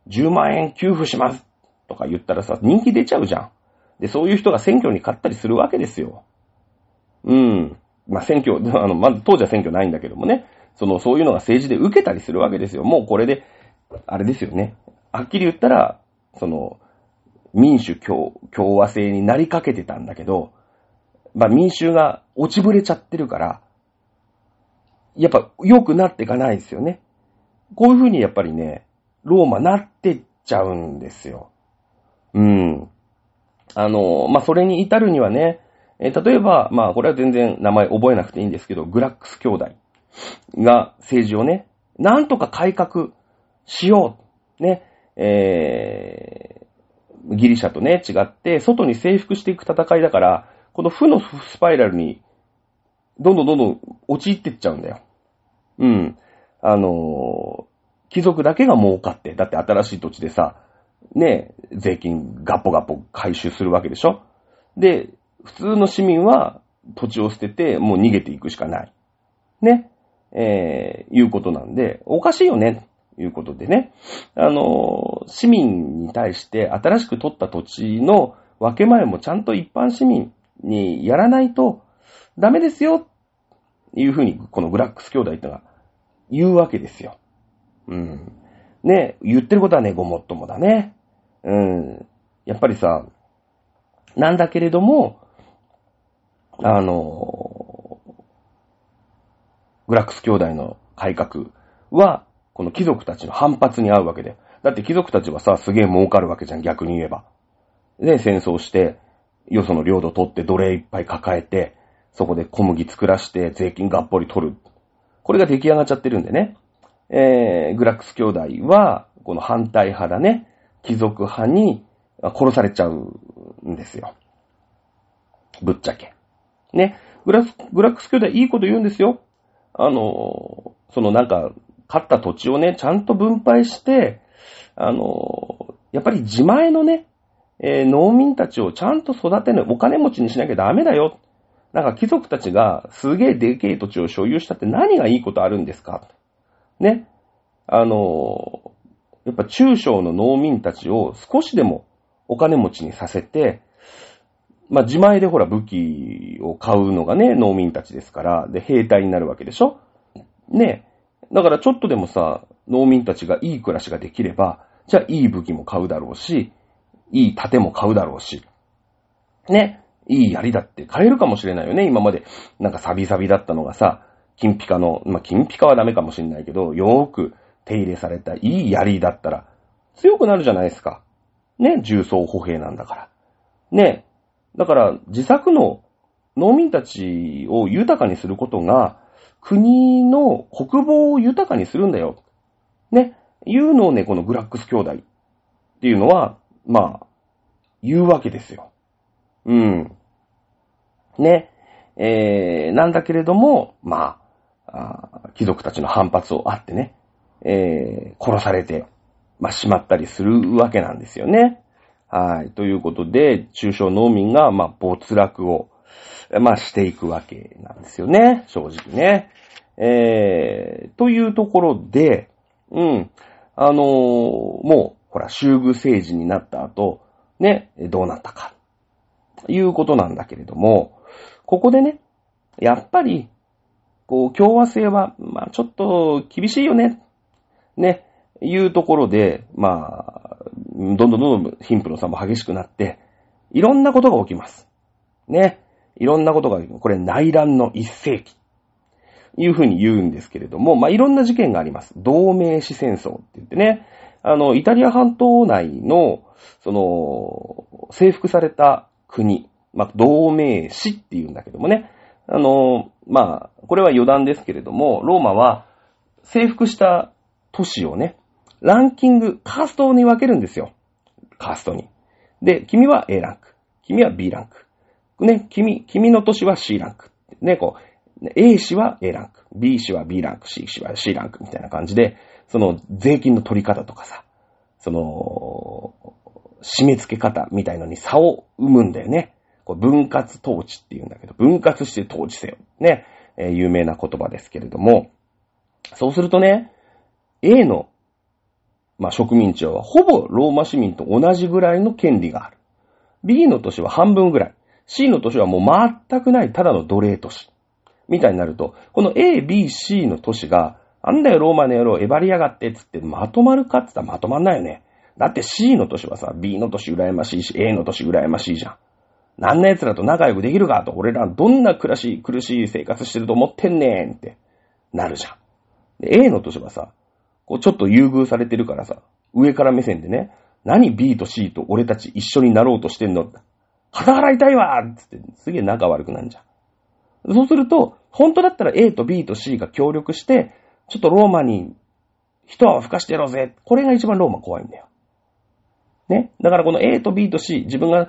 S1: 10万円給付しますとか言ったらさ、人気出ちゃうじゃん。で、そういう人が選挙に勝ったりするわけですよ。まあ、選挙、まず当時は選挙ないんだけどもね、そういうのが政治で受けたりするわけですよ。もうこれで、あれですよね。はっきり言ったら、民主共和制になりかけてたんだけど、まあ民衆が落ちぶれちゃってるから、やっぱ良くなっていかないですよね。こういう風にやっぱりね、ローマなってっちゃうんですよ。まあそれに至るにはね、例えば、まあこれは全然名前覚えなくていいんですけど、グラックス兄弟が政治をね、なんとか改革しよう。ね、ギリシャとね、違って、外に征服していく戦いだから、この負のスパイラルに、どんどん陥っていっちゃうんだよ。貴族だけが儲かって、だって新しい土地でさ、ね、税金ガッポガッポ回収するわけでしょ。で、普通の市民は土地を捨てて、もう逃げていくしかない。ね、いうことなんで、おかしいよね。いうことでね、市民に対して新しく取った土地の分け前もちゃんと一般市民にやらないとダメですよ、いうふうにこのグラックス兄弟ってのが言うわけですよ。ね、言ってることはね、ごもっともだね。やっぱりさ、なんだけれども、グラックス兄弟の改革は、この貴族たちの反発に遭うわけで。だって貴族たちはさ、すげえ儲かるわけじゃん、逆に言えば。で、戦争して、よその領土取って奴隷いっぱい抱えて、そこで小麦作らして、税金がっぽり取る。これが出来上がっちゃってるんでね。グラックス兄弟は、この反対派だね。貴族派に殺されちゃうんですよ。ぶっちゃけ。ね。グラックス兄弟いいこと言うんですよ。なんか、買った土地をね、ちゃんと分配して、やっぱり自前のね、農民たちをちゃんと育てる、お金持ちにしなきゃダメだよ。なんか貴族たちがすげえでけえ土地を所有したって何がいいことあるんですかね。やっぱ中小の農民たちを少しでもお金持ちにさせて、まあ自前でほら武器を買うのがね、農民たちですから、で、兵隊になるわけでしょね。だからちょっとでもさ、農民たちがいい暮らしができれば、じゃあいい武器も買うだろうし、いい盾も買うだろうし、ね、いい槍だって買えるかもしれないよね。今までなんかサビサビだったのがさ、金ピカの、まあ、金ピカはダメかもしれないけど、よーく手入れされたいい槍だったら強くなるじゃないですか。ね、重装歩兵なんだから。ね、だから自作の農民たちを豊かにすることが、国の国防を豊かにするんだよ。ね。いうのをね、このグラックス兄弟っていうのは、まあ、言うわけですよ。ね。なんだけれども、まあ、貴族たちの反発をあってね、殺されて、まあ、しまったりするわけなんですよね。はい。ということで、中小農民が、まあ、没落を、まあ、していくわけなんですよね。正直ね。というところで、もう、ほら、州具政治になった後、ね、どうなったか。いうことなんだけれども、ここでね、やっぱり、こう、共和制は、まあ、ちょっと厳しいよね。ね、いうところで、まあ、どんどん貧富の差も激しくなって、いろんなことが起きます。ね。いろんなことが、これ内乱の一世紀。いうふうに言うんですけれども、まあ、いろんな事件があります。同盟史戦争って言ってね、イタリア半島内の、征服された国、まあ、同盟史って言うんだけどもね、まあ、これは余談ですけれども、ローマは征服した都市をね、ランキング、カーストに分けるんですよ。カーストに。で、君は A ランク。君は B ランク。ね、君の都市は C ランク。ね、こう、A 氏は A ランク。B 氏は B ランク。C 氏は C ランクみたいな感じで、その税金の取り方とかさ、締め付け方みたいのに差を生むんだよね。こう分割統治って言うんだけど、分割して統治せよ。ね、有名な言葉ですけれども、そうするとね、A の、 まあ植民地はほぼローマ市民と同じぐらいの権利がある。B の都市は半分ぐらい。C の都市はもう全くないただの奴隷都市。みたいになると、この A、B、C の都市が、なんだよローマの野郎、えばりやがってっつってまとまるかって言ったらまとまんないよね。だって C の都市はさ、B の都市羨ましいし、A の都市羨ましいじゃん。なんな奴らと仲良くできるかと、俺らどんな苦しい生活してると思ってんねんってなるじゃん。で A の都市はさ、こうちょっと優遇されてるからさ、上から目線でね、何 B と C と俺たち一緒になろうとしてんの？肩払いたいわーつってすげえ仲悪くなるじゃん。そうすると、本当だったら A と B と C が協力して、ちょっとローマに一泡吹かしてやろうぜ。これが一番ローマ怖いんだよ。ね。だからこの A と B と C、自分が、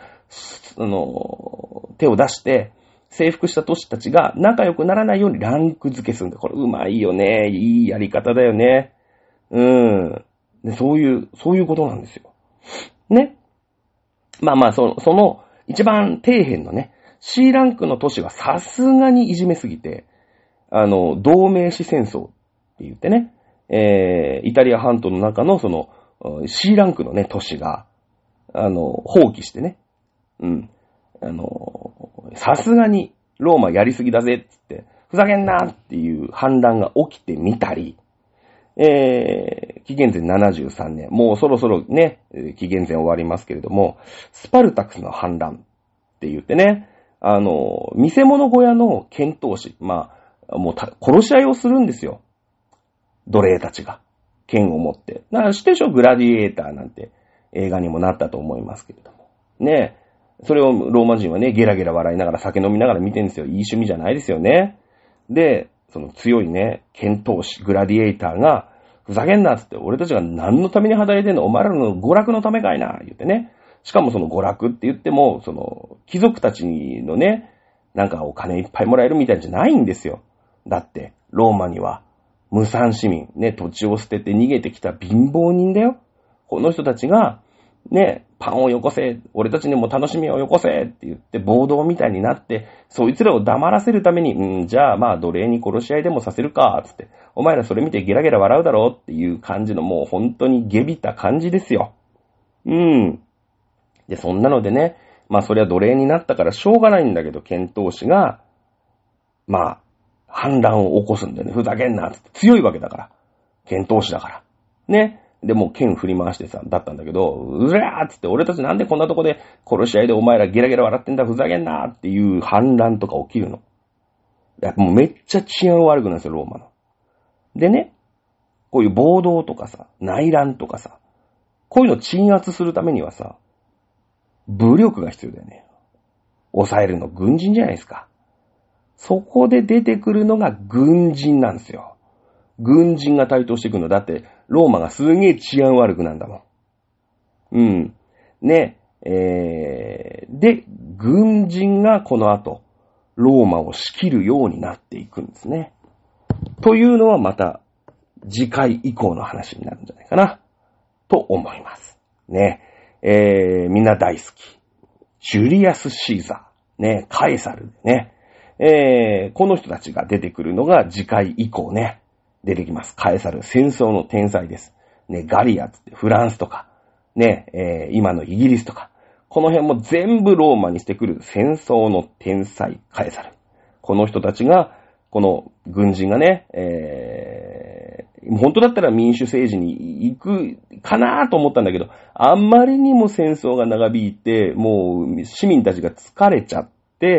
S1: 手を出して、征服した都市たちが仲良くならないようにランク付けするんだよ。これうまいよね。いいやり方だよね。で、そういうことなんですよ。ね。まあまあ、その、一番底辺のね、C ランクの都市はさすがにいじめすぎて、同盟史戦争って言ってね、イタリア半島の中のその、C ランクのね、都市が、放棄してね、さすがにローマやりすぎだぜって言って、ふざけんなっていう反乱が起きてみたり、紀元前73年、もうそろそろね、紀元前終わりますけれども、スパルタクスの反乱って言ってね、見せ物小屋の剣闘士、まあ、もう殺し合いをするんですよ。奴隷たちが。剣を持って。だから知ってるでしょ？グラディエーターなんて映画にもなったと思いますけれども。ねえ。それをローマ人はね、ゲラゲラ笑いながら酒飲みながら見てるんですよ。いい趣味じゃないですよね。で、その強いね、剣闘士、グラディエーターが、ふざけんなっつって、俺たちが何のために働いてんの？お前らの娯楽のためかいな言ってね。しかもその娯楽って言っても、その、貴族たちのね、なんかお金いっぱいもらえるみたいじゃないんですよ。だって、ローマには、無産市民、ね、土地を捨てて逃げてきた貧乏人だよ。この人たちが、ね、パンをよこせ、俺たちにも楽しみをよこせって言って暴動みたいになって、そいつらを黙らせるために、じゃあまあ奴隷に殺し合いでもさせるか、つって、お前らそれ見てゲラゲラ笑うだろうっていう感じのもう本当に下びた感じですよ。で、そんなのでね、まあそれは奴隷になったからしょうがないんだけど、剣闘士が、まあ、反乱を起こすんだよね。ふざけんなって強いわけだから。剣闘士だから。ね。で、もう剣振り回してさ、だったんだけど、うらーっつって俺たちなんでこんなとこで殺し合いでお前らゲラゲラ笑ってんだ、ふざけんなっていう反乱とか起きるの。もうめっちゃ治安悪くなるんですよ、ローマの。でね、こういう暴動とかさ、内乱とかさ、こういうの鎮圧するためにはさ、武力が必要だよね。抑えるの軍人じゃないですか。そこで出てくるのが軍人なんですよ。軍人が台頭してくるの。だって、ローマがすげえ治安悪くなんだもん。ね。で、軍人がこの後、ローマを仕切るようになっていくんですね。というのはまた、次回以降の話になるんじゃないかな、と思います。ね。みんな大好き。ジュリアス・シーザー。ね。カエサルね。この人たちが出てくるのが次回以降ね、出てきます。カエサル、戦争の天才です。ね、ガリアつってフランスとか、ね、今のイギリスとか、この辺も全部ローマにしてくる戦争の天才カエサル。この人たちが、この軍人がね、本当だったら民主政治に行くかなと思ったんだけど、あんまりにも戦争が長引いて、もう市民たちが疲れちゃって、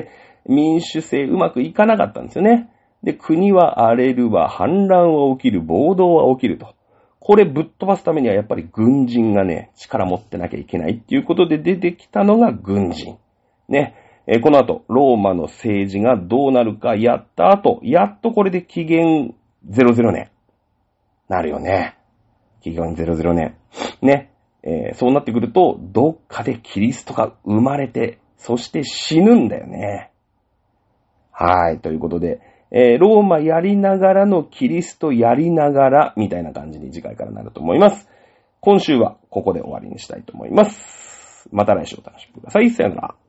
S1: 民主制うまくいかなかったんですよね。で、国は荒れるわ、反乱は起きる、暴動は起きると。これぶっ飛ばすためにはやっぱり軍人がね、力持ってなきゃいけないっていうことで出てきたのが軍人。ね。この後、ローマの政治がどうなるかやった後、やっとこれで紀元00年。なるよね。紀元00年。ね。そうなってくると、どっかでキリストが生まれて、そして死ぬんだよね。はい。ということで、ローマやりながらのキリストやりながらみたいな感じに次回からなると思います。今週はここで終わりにしたいと思います。また来週お楽しみください。さよなら。